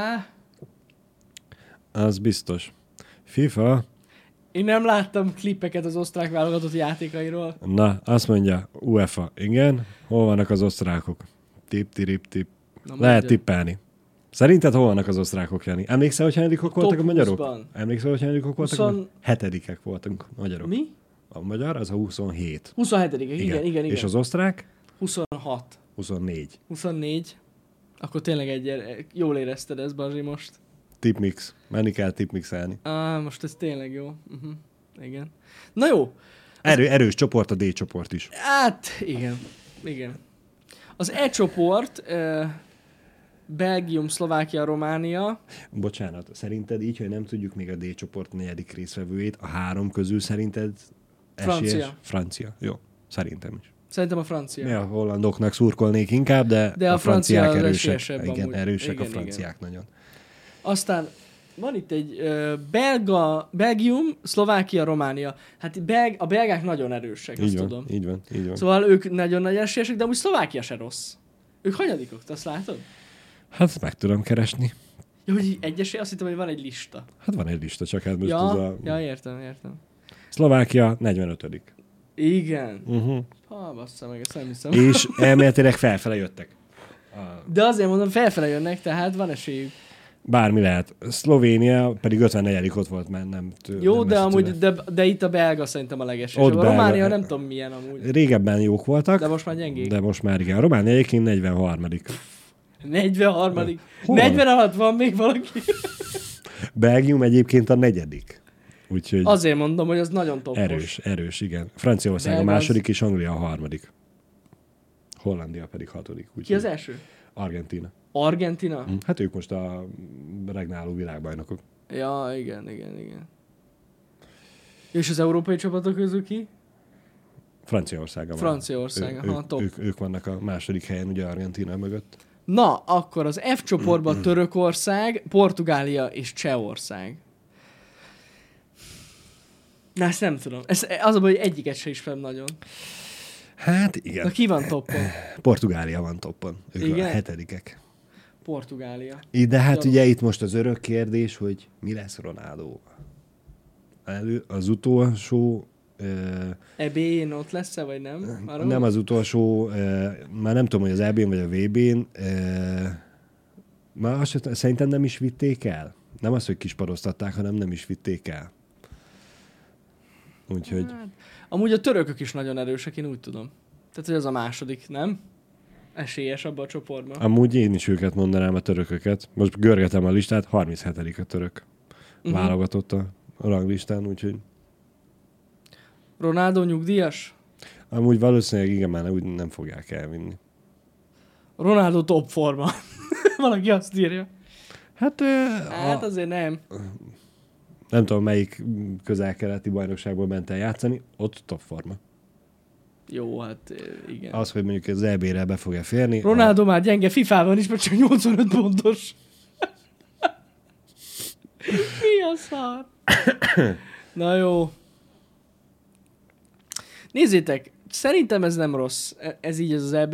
Az biztos. FIFA, Én nem láttam klippeket az osztrák válogatott játékairól. na, azt mondja, UEFA, igen. Hol vannak az osztrákok? Tip. Na, Lehet mondja. tippelni. Szerinted hol vannak az osztrákok, Jani? Emlékszel, hogy hányadikok voltak a magyarok? 20-ban. Emlékszel, hogy hányadikok voltak? 20 Hetedikek voltunk magyarok. Mi? A magyar az a 27. 27. Igen. És az osztrák? 26. 24. 24. Akkor tényleg jól érezted ezt, Bazsi, most. Tipmix. Menni kell tipmixelni. Most ez tényleg jó. Igen. Na jó. Erős csoport, a D csoport is. Hát, igen. Az E csoport, Belgium, Szlovákia, Románia. Bocsánat, szerinted így, hogy nem tudjuk még a D csoport 4. részvevőjét, a 3 közül szerinted Francia. Francia. Jó, szerintem is. Szerintem a francia. Mi a hollandoknak szurkolnék inkább, de a francia franciák az erősek. esélyesebb Igen, amúgy. erősek Igen, a franciák nagyon. Aztán van itt egy Belgium, Szlovákia, Románia. Hát a belgák nagyon erősek, azt tudom. Így van. Szóval ők nagyon nagy esélyesek, de amúgy Szlovákia se rossz. Ők hanyadikok, te azt látod? Hát meg tudom keresni. Ja, hogy egyesé, azt hittem, hogy van egy lista. Hát van egy lista, csak hát most az a... Ja, értem. Szlovákia 45. Igen. Bassza meg, ezt nem hiszem. És elméletileg felfele jöttek. De azért mondom, felfele jönnek, tehát van esélyük. Bármi lehet. Szlovénia pedig 54. ott volt, mert nem... Jó, nem de esett amúgy, tőle. de itt a belga szerintem a legesélyesebb. Ott A Románia belga. nem tudom milyen amúgy. Régebben jók voltak, De most már gyengék. de most már igen. A Románia egyébként 43. 43. Hol? 40 alatt van még valaki. Belgium egyébként a 4. Úgyhogy Azért mondom, hogy az nagyon toppos. erős, igen. Franciaország a Belga az- 2. és Anglia a 3. Hollandia pedig 6. Úgyhogy Ki az első? Argentína. Argentina? Hát ők most a regnáló világbajnokok. Ja, igen. És az európai csapatok közül ki? Franciaország. Franciaország, aha, top. Ők vannak a 2. helyen, ugye Argentína mögött. Na, akkor az F csoportban Törökország, Portugália és Csehország. Na, ezt nem tudom. Az a baj, hogy egyiket se ismerem nagyon. Hát igen. Na, ki van toppon? Portugália van toppon. Ők Igen? a 7. Portugália. De hát Gyanús. ugye itt most az örök kérdés, hogy mi lesz Ronaldo. Az utolsó... EB-n ott lesz-e, vagy nem? Arra nem van? az utolsó, már nem tudom, hogy az EB-n vagy a VB-n, már azt szerintem nem is vitték el. Nem az, hogy kispadoztatták, hanem nem is vitték el. Úgyhogy... Hát, amúgy a törökök is nagyon erősek, én úgy tudom. Tehát, hogy az a második, nem? Esélyes abban a csoportban. Amúgy én is őket mondanám, a törököket. Most görgetem a listát, 37. a török válogatott a ranglistán, úgyhogy... Ronaldo nyugdíjas? Amúgy valószínűleg igen, már úgy nem fogják elvinni. Ronaldo top forma. Valaki azt írja. Hát, Hát azért nem. nem tudom, melyik közel-keleti bajnokságból ment el játszani, ott top forma. Jó, hát igen. Az, hogy mondjuk az EB-re be fog-e férni. Ronaldo már gyenge FIFA-ban is, mert csak 85 pontos. Mi a szar? Na jó. Nézzétek, szerintem ez nem rossz. Ez így az EB.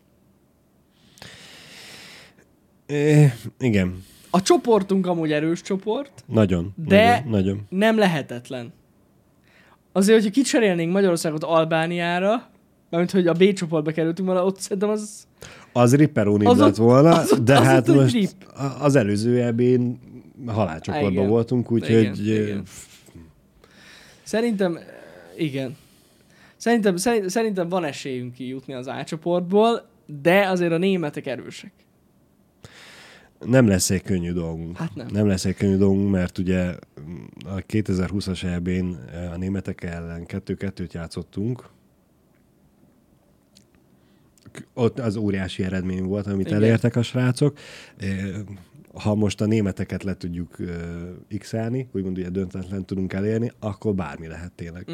Igen, A csoportunk amúgy erős csoport, nagyon. De- Nagyon. nem lehetetlen. Azért, hogyha kicserélnénk Magyarországot Albániára, mármint, hogy a B csoportba kerültünk volna, ott szerintem az... Az ripperoni Az lett ott- volna, az ott- de az hát ott egy most rip. az előző EB-n halálcsoportban Igen. voltunk, úgyhogy Igen. Szerintem, igen. Szerintem van esélyünk kijutni az A csoportból, de azért a németek erősek. nem lesz egy könnyű dolgunk. Hát nem. Nem lesz egy könnyű dolgunk, mert ugye a 2020-as EB-n a németek ellen 2-2-t játszottunk. ott az óriási eredmény volt, amit Igen. elértek a srácok. Ha most a németeket le tudjuk x-elni, úgymond ugye döntetlen tudunk elérni, akkor bármi lehet tényleg.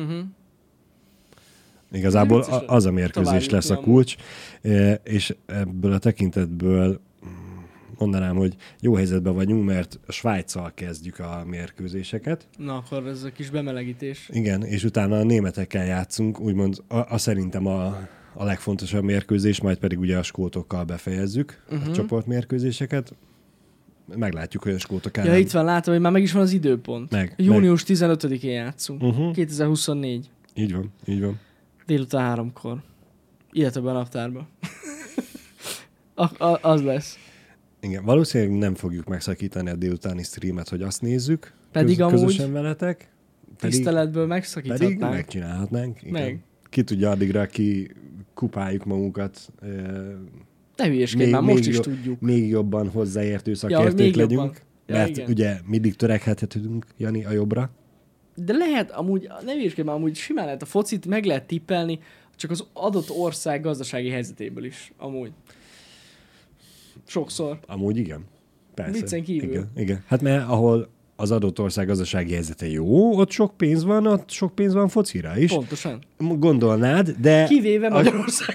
Igazából az a mérkőzés lesz a kulcs, és ebből a tekintetből mondanám, hogy jó helyzetben vagyunk, mert Svájccal kezdjük a mérkőzéseket. Na, akkor ez a kis bemelegítés. Igen, és utána a németekkel játszunk, úgymond szerintem a legfontosabb mérkőzés, majd pedig ugye a skótokkal befejezzük a csoportmérkőzéseket. Meglátjuk, hogy a skótok ellen. Ja, itt van, látom, hogy már meg is van az időpont. Június 15-én játszunk. 2024. Így van, így van. Délután 3-kor. Illetve be a naptárba. Az lesz. Igen, valószínűleg nem fogjuk megszakítani a délutáni streamet, hogy azt nézzük. Pedig közösen veletek. Tiszteletből megszakíthatnánk. Pedig megcsinálhatnánk. Igen. Meg. Ki tudja addigra, ki kupáljuk magunkat. Ne hülyeskedj, már most is tudjuk. Még jobban hozzáértő szakértők legyünk. Mert igen. ugye mindig törekhetünk, Jani, a jobbra. De lehet amúgy, ne hülyeskedj, már amúgy simán lehet a focit, meg lehet tippelni, csak az adott ország gazdasági helyzetéből is, amúgy. Sokszor. Amúgy igen. Persze. Viccen kívül. Igen. Hát mert ahol az adott ország gazdasági helyzete jó, ott sok pénz van focira is. Pontosan. Gondolnád, de... Kivéve Magyarország.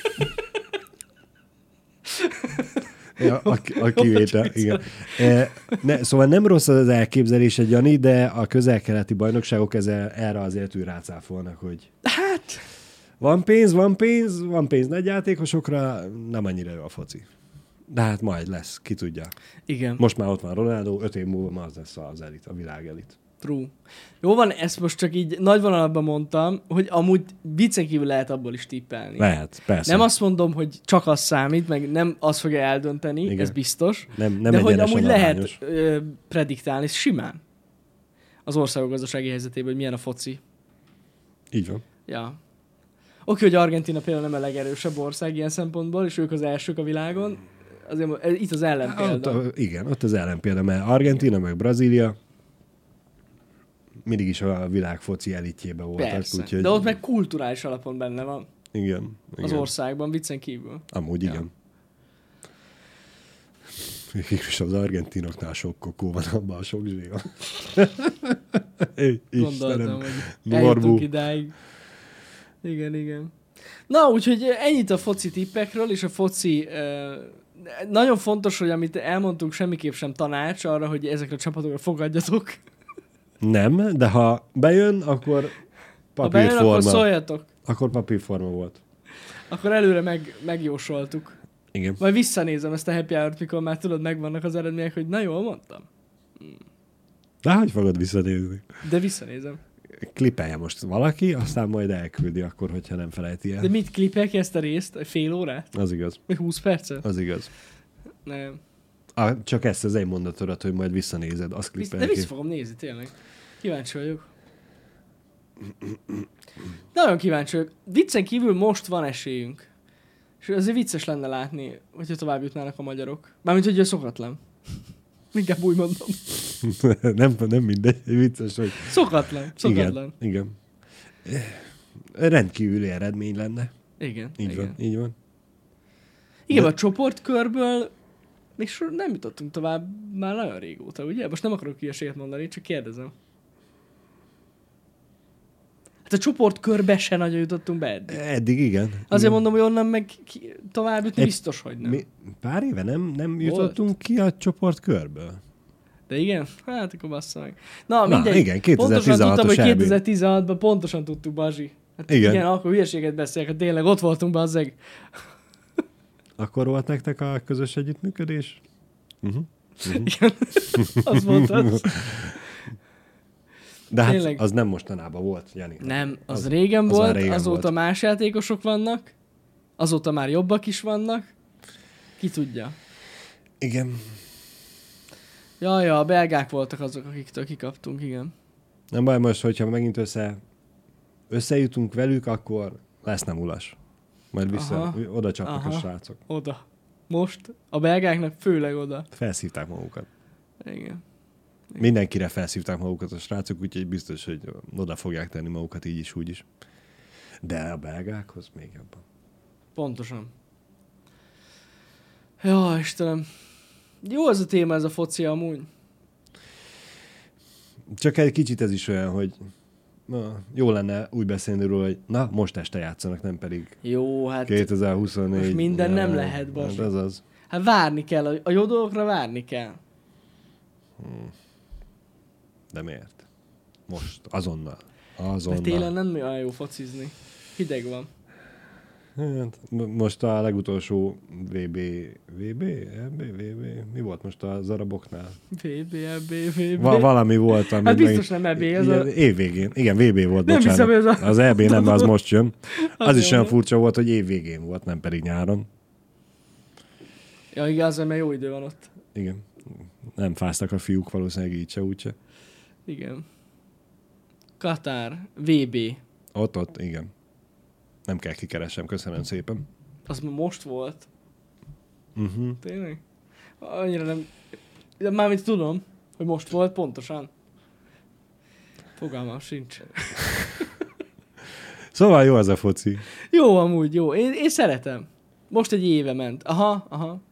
Ja, a kivétel, igen. Szóval nem rossz az elképzelése, Jani, de a közel-keleti bajnokságok erre azért úgy rácáfolnak, hogy Hát... van pénz nagy játékosokra, nem annyira jó a foci. De hát majd lesz, ki tudja. Igen. Most már ott van Ronaldo, 5 év múlva már az lesz az elit, a világ elit. True. Jó van, ezt most csak így nagy vonalban mondtam, hogy amúgy viccen kívül lehet abból is tippelni. Lehet, persze. Nem azt mondom, hogy csak az számít, meg nem az fogja eldönteni, igen. Ez biztos. Nem de hogy amúgy arányos. lehet prediktálni simán az országok gazdasági helyzetében, hogy milyen a foci. Így van. Ja. Oké, hogy Argentína például nem a legerősebb ország ilyen szempontból, és ők az elsők a világon. Azért itt az ellenpélda. Igen, ott az ellenpélda, mert Argentína meg Brazília mindig is a világ foci elitjébe voltak. Persze, úgyhogy... de ott meg kulturális alapon benne van. Igen. Az országban, viccen kívül. Amúgy igen. És az argentinoknál sok kokó van abban a sok zsíva. Gondoltam, hogy eljutunk idáig. Igen. Na, úgyhogy ennyit a foci tippekről, és a foci... nagyon fontos, hogy amit elmondtunk, semmiképp sem tanács arra, hogy ezekre a csapatokra fogadjatok. Nem, de ha bejön, akkor papírforma. Ha bejön, akkor szóljatok. Akkor papírforma volt. Akkor előre megjósoltuk. Igen. Majd visszanézem ezt a happy hour-t, mikor már tudod, megvannak az eredmények, hogy na jól mondtam. De hogy fogod visszanézni? De visszanézem. Klipelje most valaki, aztán majd elküldi akkor, hogyha nem felejti el. De mit klipel ki ezt a részt? Fél órát? Az igaz. Vagy 20 percet? Az igaz. Nem. Csak ezt az egy mondatodat, hogy majd visszanézed, azt klippel De ki. vissza fogom nézni, tényleg. Kíváncsi vagyok. Nagyon kíváncsi vagyok. Viccen kívül most van esélyünk. És azért vicces lenne látni, hogyha tovább jutnának a magyarok. Mármint, hogy szokatlan. Inkább úgy mondom. nem mindegy, vicces, hogy... Szokatlan. Igen. Rendkívüli eredmény lenne. Igen. Így van. Igen, a csoportkörből még nem jutottunk tovább már nagyon régóta, ugye? Most nem akarok hülyeséget mondani, csak kérdezem. Hát a csoportkörbe se nagyon jutottunk be eddig. Eddig igen. Azért mondom, hogy onnan meg tovább jutni biztos, hogy nem. Pár éve nem jutottunk ki a csoportkörből. De igen? Hát akkor bassza meg. Na mindegy. Igen, 2016-os pontosan tudtam, hogy 2016-ban pontosan tudtuk, Bazsi. Hát igen, akkor hülyeséget beszélek, hát tényleg ott voltunk, bazzeg. Akkor volt nektek a közös együttműködés? Igen, az volt az. De hát az nem mostanában volt, Jani. Nem, az régen volt, azóta más játékosok vannak, azóta már jobbak is vannak. Ki tudja. Igen. Ja, a belgák voltak azok, akiktől kikaptunk, igen. Nem baj, most, hogyha megint összejutunk velük, akkor lesz nem ulas. Majd oda csapnak a srácok. Oda. Most a belgáknak főleg oda. Felszívták magukat. Igen. Mindenkire felszívták magukat a srácok, úgyhogy biztos, hogy oda fogják tenni magukat így is, úgy is. De a belgákhoz még jobban. Pontosan. Ja, Istenem. Jó az a téma, ez a foci amúgy. Csak egy kicsit ez is olyan, hogy jó lenne úgy beszélni róla, hogy na, most este játszanak, nem pedig Jó, hát 2024. most minden nem lehet, bas. Hát az. Hát várni kell, a jó dolgokra várni kell. De miért? Most, azonnal. Mert télen nem olyan jó focizni. Hideg van. Hát, most a legutolsó VB, mi volt most az araboknál? VB. Valami volt, ami Hát biztos nem EB, az a... Évvégén. Igen, VB volt, Nem bocsánat. hiszem, ez Az EB nem, az most jön. Az is jó. olyan furcsa volt, hogy évvégén volt, nem pedig nyáron. Ja, igaz, mert jó idő van ott. Igen. Nem fáztak a fiúk valószínűleg így se, úgyse. Igen. Katár, VB. Ott, igen. Nem kell kikeresem, köszönöm szépen. Az most volt. Uh-huh. Tényleg? Annyira nem... De mármint tudom, hogy most volt pontosan. Fogalmam sincs. Szóval jó az a foci. Jó amúgy, jó. Én szeretem. Most egy éve ment. Aha.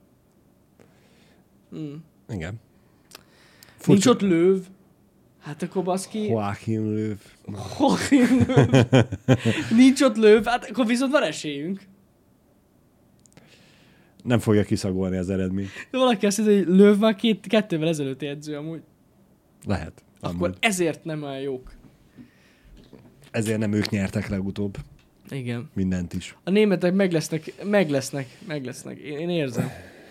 Igen. Nincs ott Löw. Hát akkor baszki... Joachim Löw. Nincs ott Löw, hát akkor viszont van esélyünk. Nem fogja kiszagolni az eredményt. De valaki azt mondja, hogy Löw már kettővel ezelőtti edző amúgy. Lehet. Akkor amúgy. ezért nem olyan jók. Ezért nem ők nyertek legutóbb. Igen. Mindent is. A németek meglesznek. Én érzem.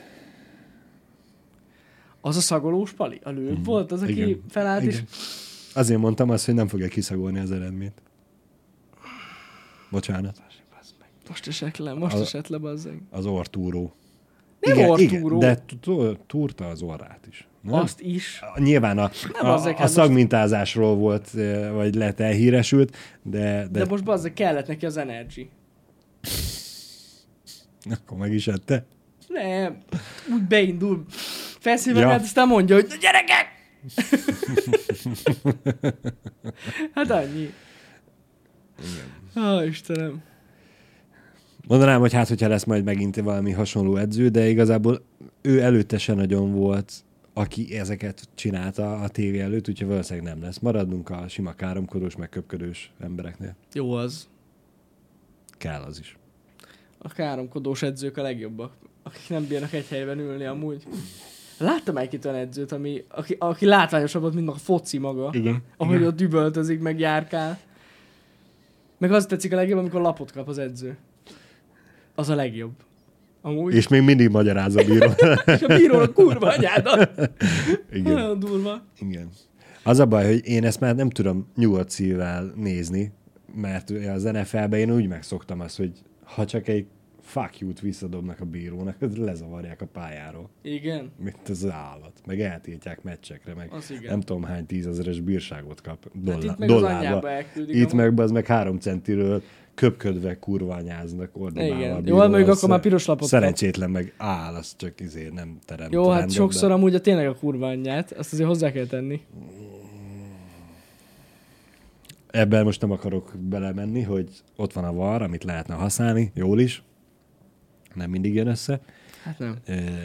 Az a szagolós Pali? A Löw volt az, aki Igen. felállt Igen. és... Azért mondtam azt, hogy nem fogja kiszagolni az eredményt. Bocsánat. Most esett le, bazzeg. Az orrtúró. Nem orrtúró. De túrta az orrát is. Nem? Azt is. Nyilván a szagmintázásról volt, vagy lett elhíresült, de most bazzeg kellett neki az energy. akkor meg is ette. Nem. Úgy beindul. Felszívvel, hát aztán mondja, hogy gyerekek! Hát annyi. Istenem. Mondanám, hogy hogyha lesz majd megint valami hasonló edző, de igazából ő előtte se nagyon volt, aki ezeket csinálta a tévé előtt, úgyhogy valószínűleg nem lesz. Maradnunk a sima káromkodós, meg köpködős embereknél. Jó az. Kell az is. A káromkodós edzők a legjobbak, akik nem bírnak egy helyben ülni amúgy. Láttam egy olyan edzőt, aki látványosabb volt, mint a foci maga. Igen. Ahogy Igen. ott üvöltözik, meg járkál. Meg az tetszik a legjobb, amikor lapot kap az edző. Az a legjobb. Amúgy. És még mindig magyaráz a bíró. És a bírónak kurva anyádat. Igen. Olyan durva. Igen. Az a baj, hogy én ezt már nem tudom nyugodt szívvel nézni, mert az NFL-ben én úgy megszoktam azt, hogy ha csak egy fuck you-t visszadobnak a bírónak, lezavarják a pályáról. Igen. Mint az állat. Meg eltiltják meccsekre, meg Az igen. nem tudom hány 10 000-es bírságot kap Hát itt meg az anyjába elküldik. Itt meg az meg 3 centiről köpködve kurványáznak oldalával. Igen. Jó, mondjuk akkor már piros lapot szerencsétlen meg áll, az csak nem teremt. Jó, hát sokszor amúgy a tényleg a kurva anyját, azt azért hozzá kell tenni. Ebben most nem akarok belemenni, hogy ott van a VAR, amit lehetne használni, jól is. Nem mindig jön össze. Hát nem.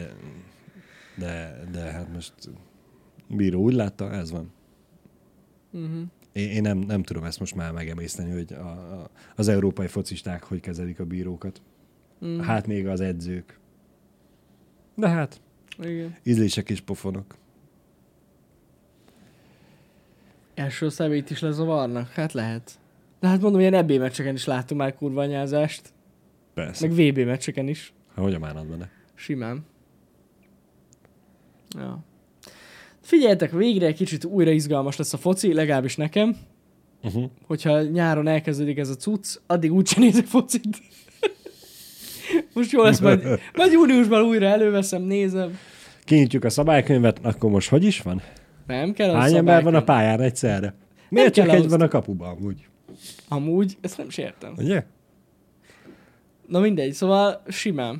De hát most bíró úgy látta, ez van. Uh-huh. Én nem tudom ezt most már megemészteni, hogy az európai focisták hogy kezelik a bírókat. Hát még az edzők. De hát, igen. ízlések és pofonok. Első osztályban itt is lezavarnak? Hát lehet. De hát mondom, ilyen EB meccseken is láttunk már kurvanyázást. Persze. Meg VB meccseken is. Hogy a mánad benne? Simán. Ja. Figyeljetek, végre egy kicsit újra izgalmas lesz a foci, legalábbis nekem. Uh-huh. Hogyha nyáron elkezdődik ez a cucc, addig úgyse nézek focit. Most jó lesz, majd júniusban újra előveszem, nézem. Kinyitjuk a szabálykönyvet, akkor most hogy is van? Nem kell az Hány ember van a pályán egyszerre? Miért csak egy van a kapuban amúgy? Amúgy, ezt nem is értem. Ugye? Na mindegy, szóval simán.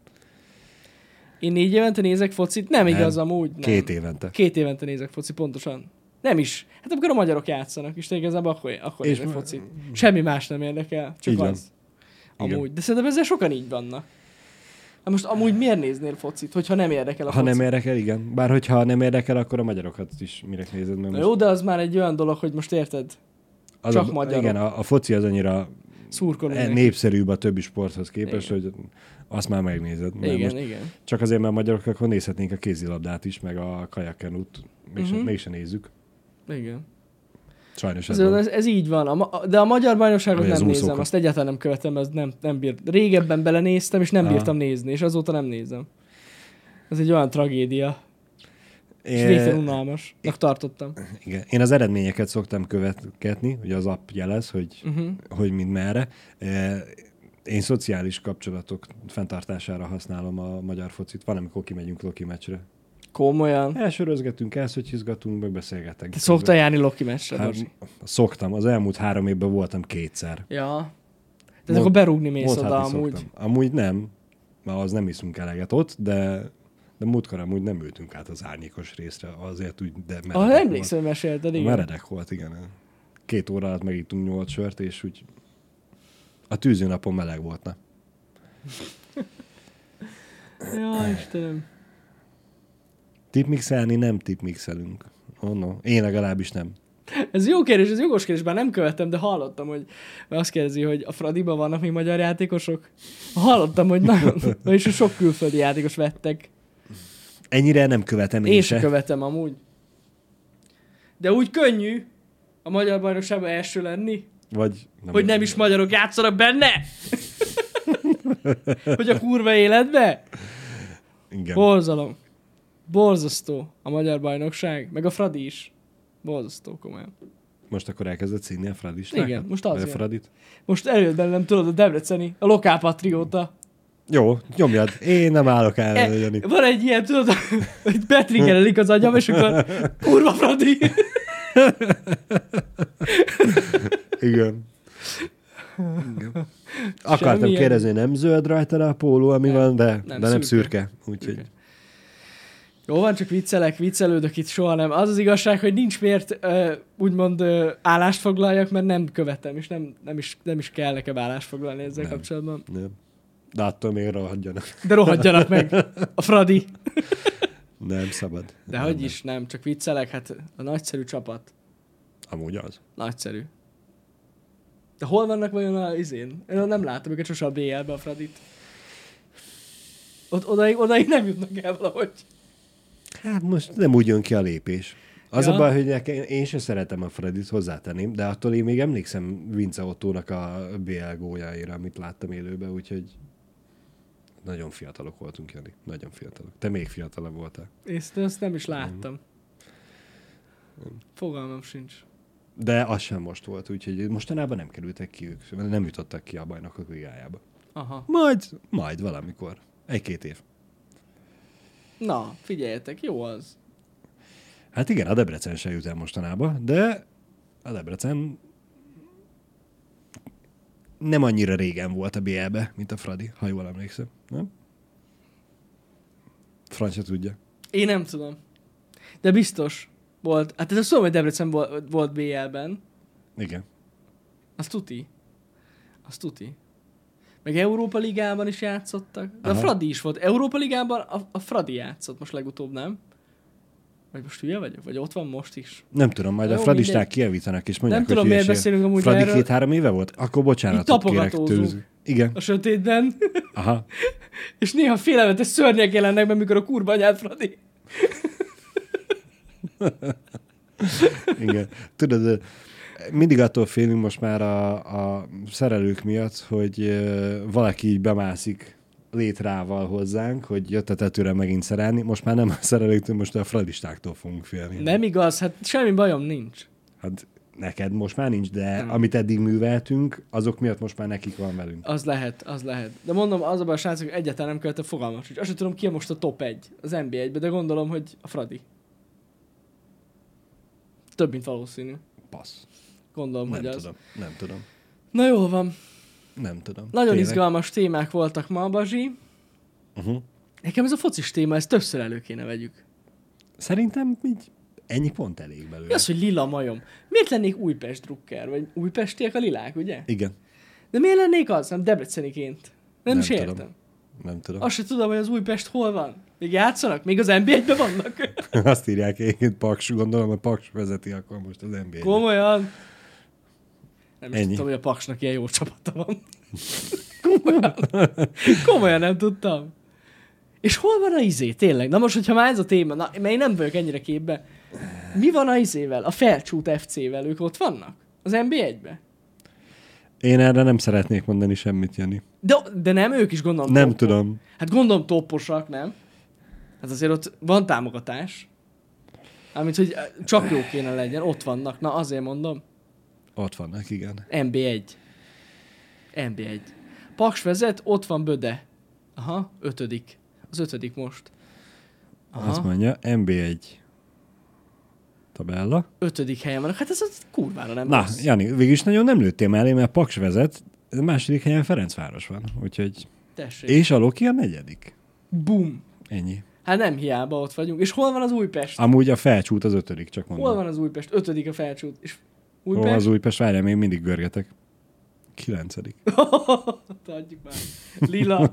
Én 4 évente nézek focit? Nem igaz amúgy. Nem. 2 évente. 2 évente nézek focit, pontosan. Nem is. Hát amikor a magyarok játszanak, és igazából akkor nézek focit. Semmi más nem érdekel, csak így az. Amúgy. De szerintem ezzel sokan így vannak. Hát most amúgy miért néznél focit, hogyha nem érdekel a foci? Ha nem érdekel, igen. Bár hogyha nem érdekel, akkor a magyarokat is mire nézed meg. Jó, de az már egy olyan dolog, hogy most érted? Az csak magyarok. Igen, a foci az annyira népszerűbb a többi sporthoz képest, igen. Hogy azt már megnézed. Igen. Csak azért, mert magyarok, akkor nézhetnénk a kézilabdát is, meg a kajakkenút. Mégsem nézzük. Igen. Sajnos ez így van. De a magyar bajnokságot nem nézem. Azt egyáltalán nem követem, ez nem bírt. Régebben belenéztem, és nem bírtam nézni, és azóta nem nézem. Ez egy olyan tragédia. És végtelen unalmasnak tartottam. Igen. Én az eredményeket szoktam követni, ugye az app jelez, hogy mind merre. Én szociális kapcsolatok fenntartására használom a magyar focit. Van, amikor kimegyünk Loki meccsre. Komolyan? Elsörözgetünk, elszötyizgatunk, megbeszélgetünk. Te szoktál járni Loki meccsre? Szoktam. Az elmúlt 3 évben voltam 2-szer. Ja. De akkor berúgni mész oda amúgy. Szoktam. Amúgy nem, mert az nem iszunk eleget ott, de múltkor amúgy nem ültünk át az árnyékos részre, azért úgy, de meredek volt. Emlékszem, mesélted, igen. Meredek volt, igen. 2 óra alatt megittunk 8 sört, és úgy a tűzőnapon meleg volt, na. Ja, Istenem. Tipmixelni nem tipmixelünk. Oh no. Én legalábbis nem. Ez jó kérdés, ez jogos kérdés, bár nem követtem, de hallottam, hogy azt kérdezi, hogy a Fradiban vannak még magyar játékosok. Hallottam, hogy nagyon, és sok külföldi játékos vettek. Ennyire nem követem én se. Én követem amúgy. De úgy könnyű a magyar bajnokságban első lenni, hogy nem is magyarok játszanak benne. Hogy a kurva életbe. Igen. Borzalom. Borzasztó a magyar bajnokság, meg a Fradi is. Borzasztó, komolyan. Most akkor elkezdett színni a Fradistákat? Igen, most az a Fradit? Most előtt bennem, tudod, a debreceni, a lokálpatrióta. Jó, nyomjad. Én nem állok el. Van egy ilyen, tudod, hogy betriggerelik az agyam, és akkor kurva Fradi. Igen. Akartam kérdezni, nem zöld rajta a póló, ami van, de nem szürke. Úgyhogy... Jó van, csak viccelődök itt soha nem. Az az igazság, hogy nincs miért úgymond állást foglaljak, mert nem követem, és nem is kell nekem állást foglalni ezzel kapcsolatban. Nem. De attól még rohadjanak. De rohadjanak meg a Fradi. Nem szabad. De hogy is nem, csak viccelek, hát a nagyszerű csapat. Amúgy az. Nagyszerű. De hol vannak vajon a izén? Én nem látom őket sose a BL-be a Fradit. Odaig nem jutnak el valahogy. Hát most nem úgy jön ki a lépés. Az a baj, hogy én sem szeretem a Fradit, hozzátenném, de attól én még emlékszem Vince Ottónak a BL góljáira, amit láttam élőben, úgyhogy nagyon fiatalok voltunk, Jani. Nagyon fiatalok. Te még fiatalabb voltál. Ezt nem is láttam. Fogalmam sincs. De az sem most volt, úgyhogy mostanában nem kerültek ki ők, nem jutottak ki a Bajnokok Ligájába. Aha. Majd valamikor. 1-2 év. Na, figyeljetek, jó az. Hát igen, a Debrecen se jut el mostanában, de a Debrecen nem annyira régen volt a BL-be, mint a Fradi, ha jól emlékszem. Nem? Francia tudja. Én nem tudom. De biztos volt. Hát ez a szó, hogy Debrecen volt BL-ben. Igen. Azt tuti. Meg Európa Ligában is játszottak. De a Fradi is volt. Európa Ligában a Fradi játszott most legutóbb, nem? Vagy most hülye vagyok? Vagy ott van most is? Nem tudom, majd a fradisták kijavítanak és mondják, nem tudom, miért beszélünk amúgy Fradi erről. 2-3 éve volt? Akkor bocsánatot kérek tőlük. Igen. A sötétben. Aha. És néha félelmetes szörnyek jelennek be, mikor a kurva anyád Fradi. Igen. Tudod, mindig attól félünk most már a szerelők miatt, hogy valaki így bemászik létrával hozzánk, hogy jött a tetőre megint szerelni. Most már nem a szerelőktől, most a fradistáktól fogunk félni. Nem igaz, hát semmi bajom nincs. Hát neked most már nincs, de amit eddig műveltünk, azok miatt most már nekik van velünk. Az lehet. De mondom, az a baj, srácok, hogy egyáltalán nem követtem fogalmat. Azt sem tudom, ki a most a top 1 az NB1-be, de gondolom, hogy a Fradi. Több, mint valószínű. Passz. Gondolom, nem hogy az. Tudom. Nem tudom. Na jól van. Nem tudom. Nagyon izgalmas témák voltak ma, Bazsi. Nekem ez a focis téma, ezt többször elő kéne vegyük. Szerintem így ennyi pont elég belőle. Mi az, hogy lila majom? Miért lennék Újpest drukker? Vagy újpestiek a lilák, ugye? Igen. De miért lennék az? Nem debreceniként. Nem is értem. Nem tudom. Azt se tudom, hogy az Újpest hol van. Még játszanak? Még az NB1-ben vannak? Azt írják egyébként Paks, gondolom, hogy Paks vezeti akkor most az NBA-t. Komolyan? Nem is Ennyi. tudtam, hogy a Paksnak ilyen jó csapata van. Komolyan nem tudtam. És hol van a izé, tényleg? Na most, hogyha már ez a téma, mert én nem vagyok ennyire képbe. Mi van a izével? A Felcsút FC-vel? Ők ott vannak? Az NB1-ben? Én erre nem szeretnék mondani semmit, Jani. De nem, ők is gondolom Nem toppok. tudom. Hát gondolom topposak, nem? Hát azért ott van támogatás. Amit, hogy csak jó kéne legyen, ott vannak. Na, azért mondom. Ott vannak, igen. NB1. NB1. Paks vezet, ott van Böde. Aha, 5. Az 5. most. Aha. Azt mondja, NB1 tabella. 5. helyen vannak. Hát ez az kurvára nem Na, rossz. Jani, végülis nagyon nem lőttél mellé, mert Paks vezet, a második helyen Ferencváros van. Úgyhogy... Tessék. És a Loki a 4. Bum. Ennyi. Hát nem hiába ott vagyunk. És hol van az Újpest? Amúgy a Felcsút az 5. csak mondom. Hol van az Újpest? 5. a Felcsút. És Hol Újpest? az Újpest? Várjál, még mindig görgetek. 9. Adjuk már. Lila.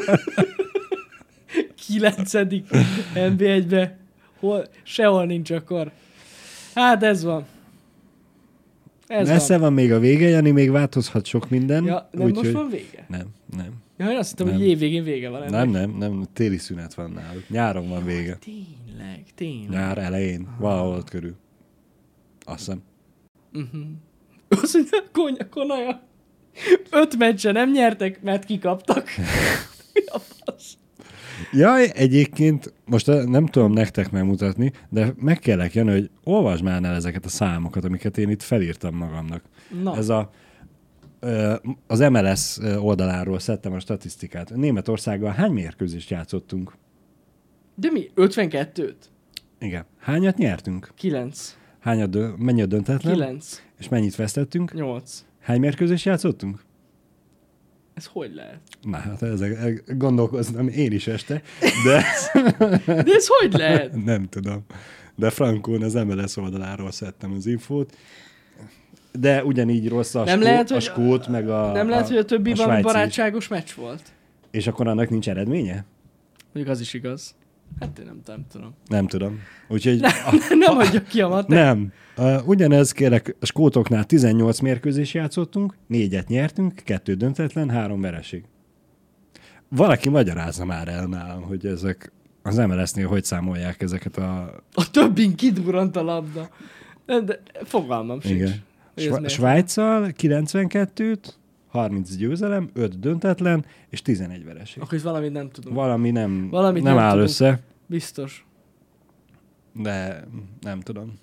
9. NB1-be. Sehol nincs akkor. Hát ez van. Ez Messze van még a vége, Jani, még változhat sok minden. Ja, nem most van vége? Nem. Ja, én azt hittem, Nem. hogy évvégén vége van ennek. Nem, téli szünet van náluk. Nyáron van vége. Tényleg. Nyár elején, valahol ott körül. Azt hiszem. Azt mondja, Konaja. 5 meccsen nem nyertek, mert kikaptak. Mi a fasz? Jaj, egyébként most nem tudom nektek megmutatni, de meg kellek jönni, hogy olvasd már el ezeket a számokat, amiket én itt felírtam magamnak. Na. Ez az MLS oldaláról szedtem a statisztikát. Németországgal hány mérkőzést játszottunk? De mi? 52-t? Igen. Hányat nyertünk? 9. Mennyi a döntetlen? 9. És mennyit vesztettünk? 8. Hány mérkőzést játszottunk? Ez hogy lehet? Na, hát ezek gondolkoztam én is este, de De ez hogy lehet? nem tudom. De frankón az MLS oldaláról szedtem az infót. De ugyanígy rossz a, Nem skót, lehet, a hogy skót, meg a Nem lehet, hogy a többi svájci valami is. barátságos meccs volt? És akkor annak nincs eredménye? Mondjuk az is igaz. Hát én nem tudom. Nem tudom. Úgyhogy... Nem adja ki a matek. Nem. Ugyanez kérlek, a skótoknál 18 mérkőzés játszottunk, 4-et nyertünk, 2 döntetlen, 3 vereség. Valaki magyarázza már el nálam, hogy ezek az MLS-nél hogy számolják ezeket a... A többin kidurrant a labda. De fogalmam sincs. Igen. hogy ez miért Svájccal 92-t, 30 győzelem, 5 döntetlen, és 11 vereség. Akkor is valamit nem tudunk. Valamit nem áll tudunk. össze, Biztos. de nem tudom.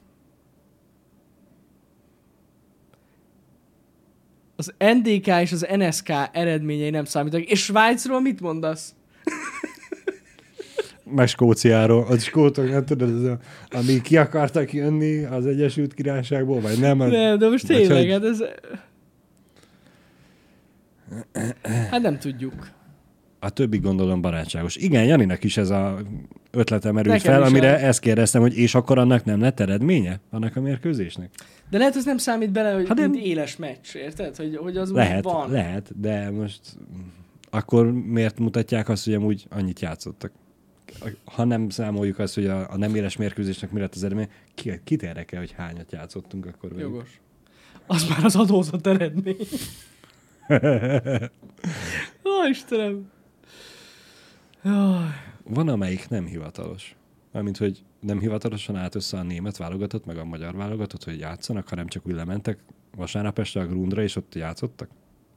Az NDK és az NSK eredményei nem számítanak. És Svájcról mit mondasz? Meg Skóciáról. Az skótok, nem tudod, amíg ki akartak jönni az Egyesült Királyságból, vagy nem? Nem, de most vagy tényleg, hogy- hát ez... Hát nem tudjuk. A többi gondolom barátságos. Igen, Janinek is ez a ötlete merült Nekem fel, is amire az. ezt kérdeztem, hogy és akkor annak nem lett eredménye? Annak a mérkőzésnek? De lehet, hogy nem számít bele, hogy Hát mint nem- éles meccs, érted? Hogy az Lehet, van. lehet, de most akkor miért mutatják azt, hogy amúgy annyit játszottak? Ha nem számoljuk azt, hogy a nem éles mérkőzésnek mi lett az eredmény, kit érdekel, hogy hányat játszottunk akkor? velük? Jogos. Az már az adózott eredmény. Ó, Istenem. Jaj. Van, amelyik nem hivatalos. Mármint, hogy nem hivatalosan állt össze a német válogatott, meg a magyar válogatott, hogy játszanak, hanem csak úgy lementek vasárnap este a Grundra, és ott játszottak.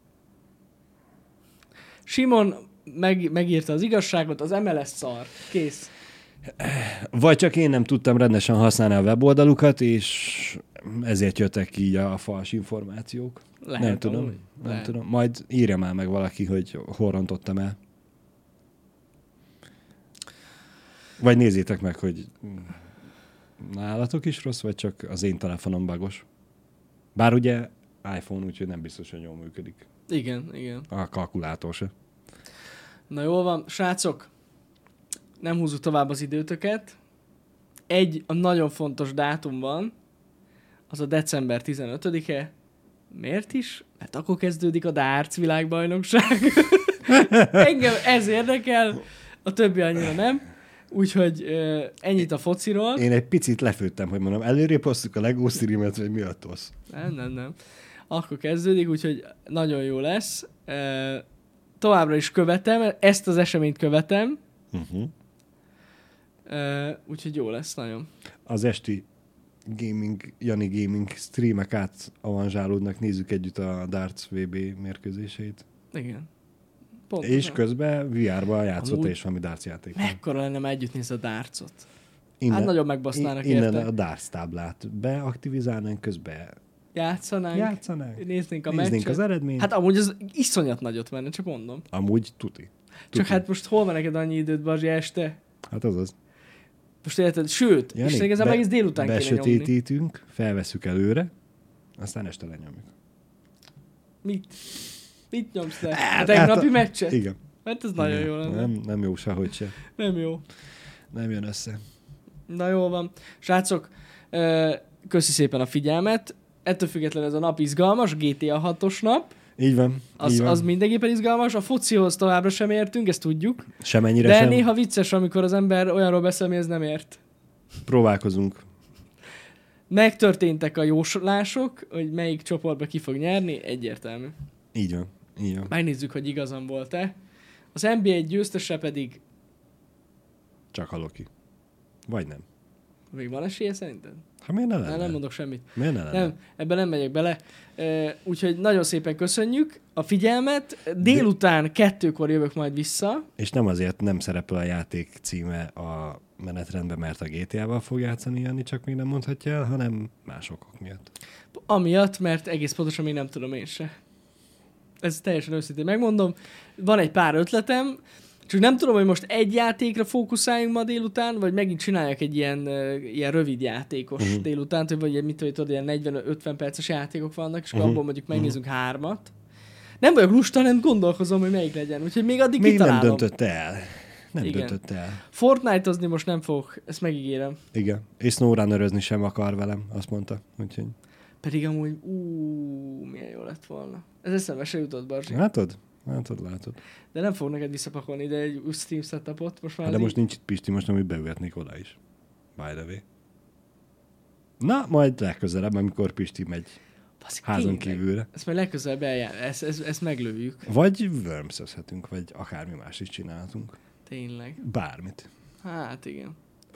Simon megírta az igazságot, az MLS szar. Kész. Vagy csak én nem tudtam rendesen használni a weboldalukat, és ezért jöttek így a fals információk. Lehet, nem tudom. amúgy. Nem Lehet. tudom. Majd írja már meg valaki, hogy hol rontottam el. Vagy nézzétek meg, hogy nálatok is rossz, vagy csak az én telefonom bagos. Bár ugye iPhone, úgyhogy nem biztos, hogy jól működik. Igen, igen. A kalkulátor se. Na jól van, srácok, nem húzzuk tovább az időtöket. A nagyon fontos dátum van, az a december 15-e. Miért is? Mert akkor kezdődik a darts világbajnokság. Engem ez érdekel, a többi annyira nem. Úgyhogy ennyit a fociról. Én egy picit lefőttem, hogy mondom, előrébb hoztuk a Lego streamet, vagy mi a tosz? Nem. Akkor kezdődik, úgyhogy nagyon jó lesz. Továbbra is követem, ezt az eseményt követem. Uh-huh. Úgyhogy jó lesz nagyon. Az esti Jani Gaming streamek átavanzsálódnak, nézzük együtt a Darts VB mérkőzéseit. Igen. Pontosan. És közben VR-ba játszott és valami darts játék. Mekkora lenne már együtt nézni a dartsot? Hát nagyon megbasznának innen érte. a darts táblát beaktivizálnánk, közben Játszanánk. Néznénk a meccset. az eredményt. Hát amúgy az iszonyat nagyot menne, csak mondom. Amúgy tuti. Csak hát most hol van neked annyi időt, Bazsi, este? Hát azaz. Most érted, sőt, Jani, és igazán egész délután kéne nyomni. Besötétítünk, felveszük előre, aztán este lenyomjuk. Mit nyomsz le? A tegnapi meccset? Igen. Hát ez nagyon jó lenne. Nem jó sehogy se. Nem jó. Nem jön össze. Na jól van. Srácok, köszi szépen a figyelmet. Ettől függetlenül ez a nap izgalmas, GTA 6-os nap. Így van. Az mindenképpen izgalmas. A focihoz továbbra sem értünk, ezt tudjuk. Semennyire de sem. De néha vicces, amikor az ember olyanról beszél, mi ez nem ért. Próbálkozunk. Megtörténtek a jóslások, hogy melyik csoportba ki fog nyerni, egyértelmű. Így van. Megnézzük, hogy igazam volt-e. Az NBA győztese pedig... Csak a Loki. Vagy nem. Még van esélye szerinted? Hát miért ne lenne? Nem mondok semmit. Miért ne lenne? Nem, ebben nem megyek bele. Úgyhogy nagyon szépen köszönjük a figyelmet. Délután 2-kor jövök majd vissza. És nem azért nem szerepel a játék címe a menetrendben, mert a GTA-val fog játszani, Jani, csak még nem mondhatja el, hanem más okok miatt. Amiatt, mert egész pontosan még nem tudom én se. Ez teljesen őszintén megmondom. Van egy pár ötletem, csak nem tudom, hogy most egy játékra fókuszáljunk ma délután, vagy megint csináljak egy ilyen rövid játékos délutánt, vagy mit tudod, ilyen 40-50 perces játékok vannak, és abból mondjuk megnézzünk 3-at. Nem vagyok lusta, hanem gondolkozom, hogy melyik legyen. Úgyhogy még addig kitalálom. Nem döntötte el. Döntött el. Fortnite-ozni most nem fogok, ezt megígérem. Igen. És SnowRunner-özni sem akar velem, azt mondta. Úgyhogy... Pedig amúgy, milyen jó lett volna. Ez eszembe se jutott, Barzsi. Látod. De nem fog neked visszapakolni ide egy Steam setupot. Most már de most nincs itt Pisti, most nem, hogy beülhetnék oda is. By the way. Na, majd legközelebb, amikor Pisti megy házon kívülre. Ezt majd legközelebb ezt meglőjük. Vagy worms-özhetünk, vagy akármi más is csinálhatunk. Tényleg. Bármit. Hát igen.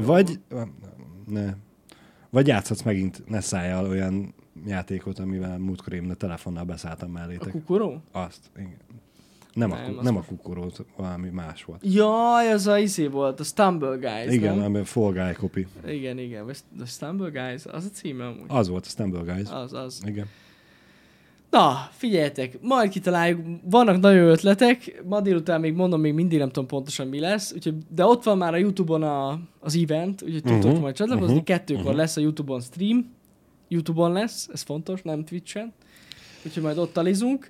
Vagy játszhatsz megint Nessájjal olyan játékot, amivel múltkor én a telefonnal beszálltam mellétek. A kukoró? Azt, igen. Nem a kukoró, valami más volt. Jaj, az a izé volt, a Stumble Guys, igen, nem? ami Fall Guy copy. Igen. A Stumble Guys, az a címe amúgy. Az volt a Stumble Guys. Az. Igen. Na, figyeljetek, majd kitaláljuk, vannak nagyon ötletek, ma délután még mondom, még mindig nem tudom pontosan mi lesz, úgyhogy, de ott van már a YouTube-on az event, úgyhogy tudtok majd csatlakozni, 2-kor lesz a YouTube-on stream, YouTube-on lesz, ez fontos, nem Twitch-en, úgyhogy majd ott talizunk.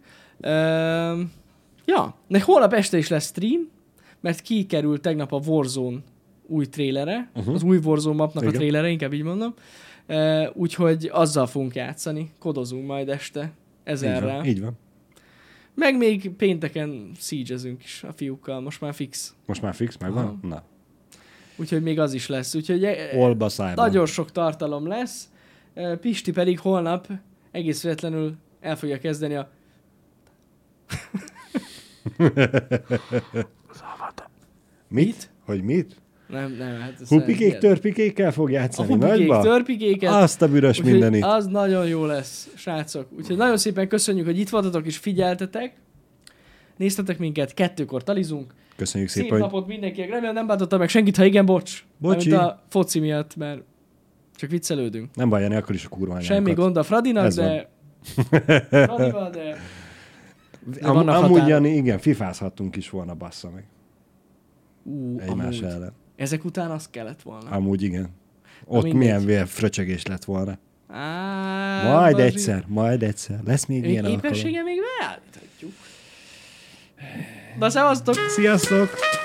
Meg holnap este is lesz stream, mert kikerült tegnap a Warzone új trélere, az új Warzone mapnak a trélere, inkább így mondom, úgyhogy azzal fogunk játszani, kodozunk majd este. Így van. Meg még pénteken siege-ezünk is a fiúkkal, most már fix. Megvan? Na. Úgyhogy még az is lesz. Úgyhogy nagyon sok tartalom lesz. Pisti pedig holnap egész véletlenül el fogja kezdeni a... Mit? Hogy mit? Nem, hát... Hupikék, törpikékkel fog játszani nagyba? Törpikéket. Azt a büdös mindenit. Az nagyon jó lesz, srácok. Úgyhogy nagyon szépen köszönjük, hogy itt voltatok és figyeltetek. Néztetek minket, 2-kor talizunk. Köszönjük szépen. Szép napot mindenkinek. Remélem nem bántottam meg senkit, ha igen, bocs. Bocsi. Mint a foci miatt, mert csak viccelődünk. Nem baj, Jani, akkor is a kurva anyánkat. Semmi gond a Fradinak, de... Fradival, de amúgy, Jani, igen, fifázhattunk is volna, bassza meg. Egymás amúgy. ellen. Ezek után az kellett volna. Amúgy igen. Ott milyen fröcsögés lett volna. Majd egyszer. Lesz még ilyen alkalom. Éppenséggel még beállíthatjuk. Na, szevasztok! Sziasztok!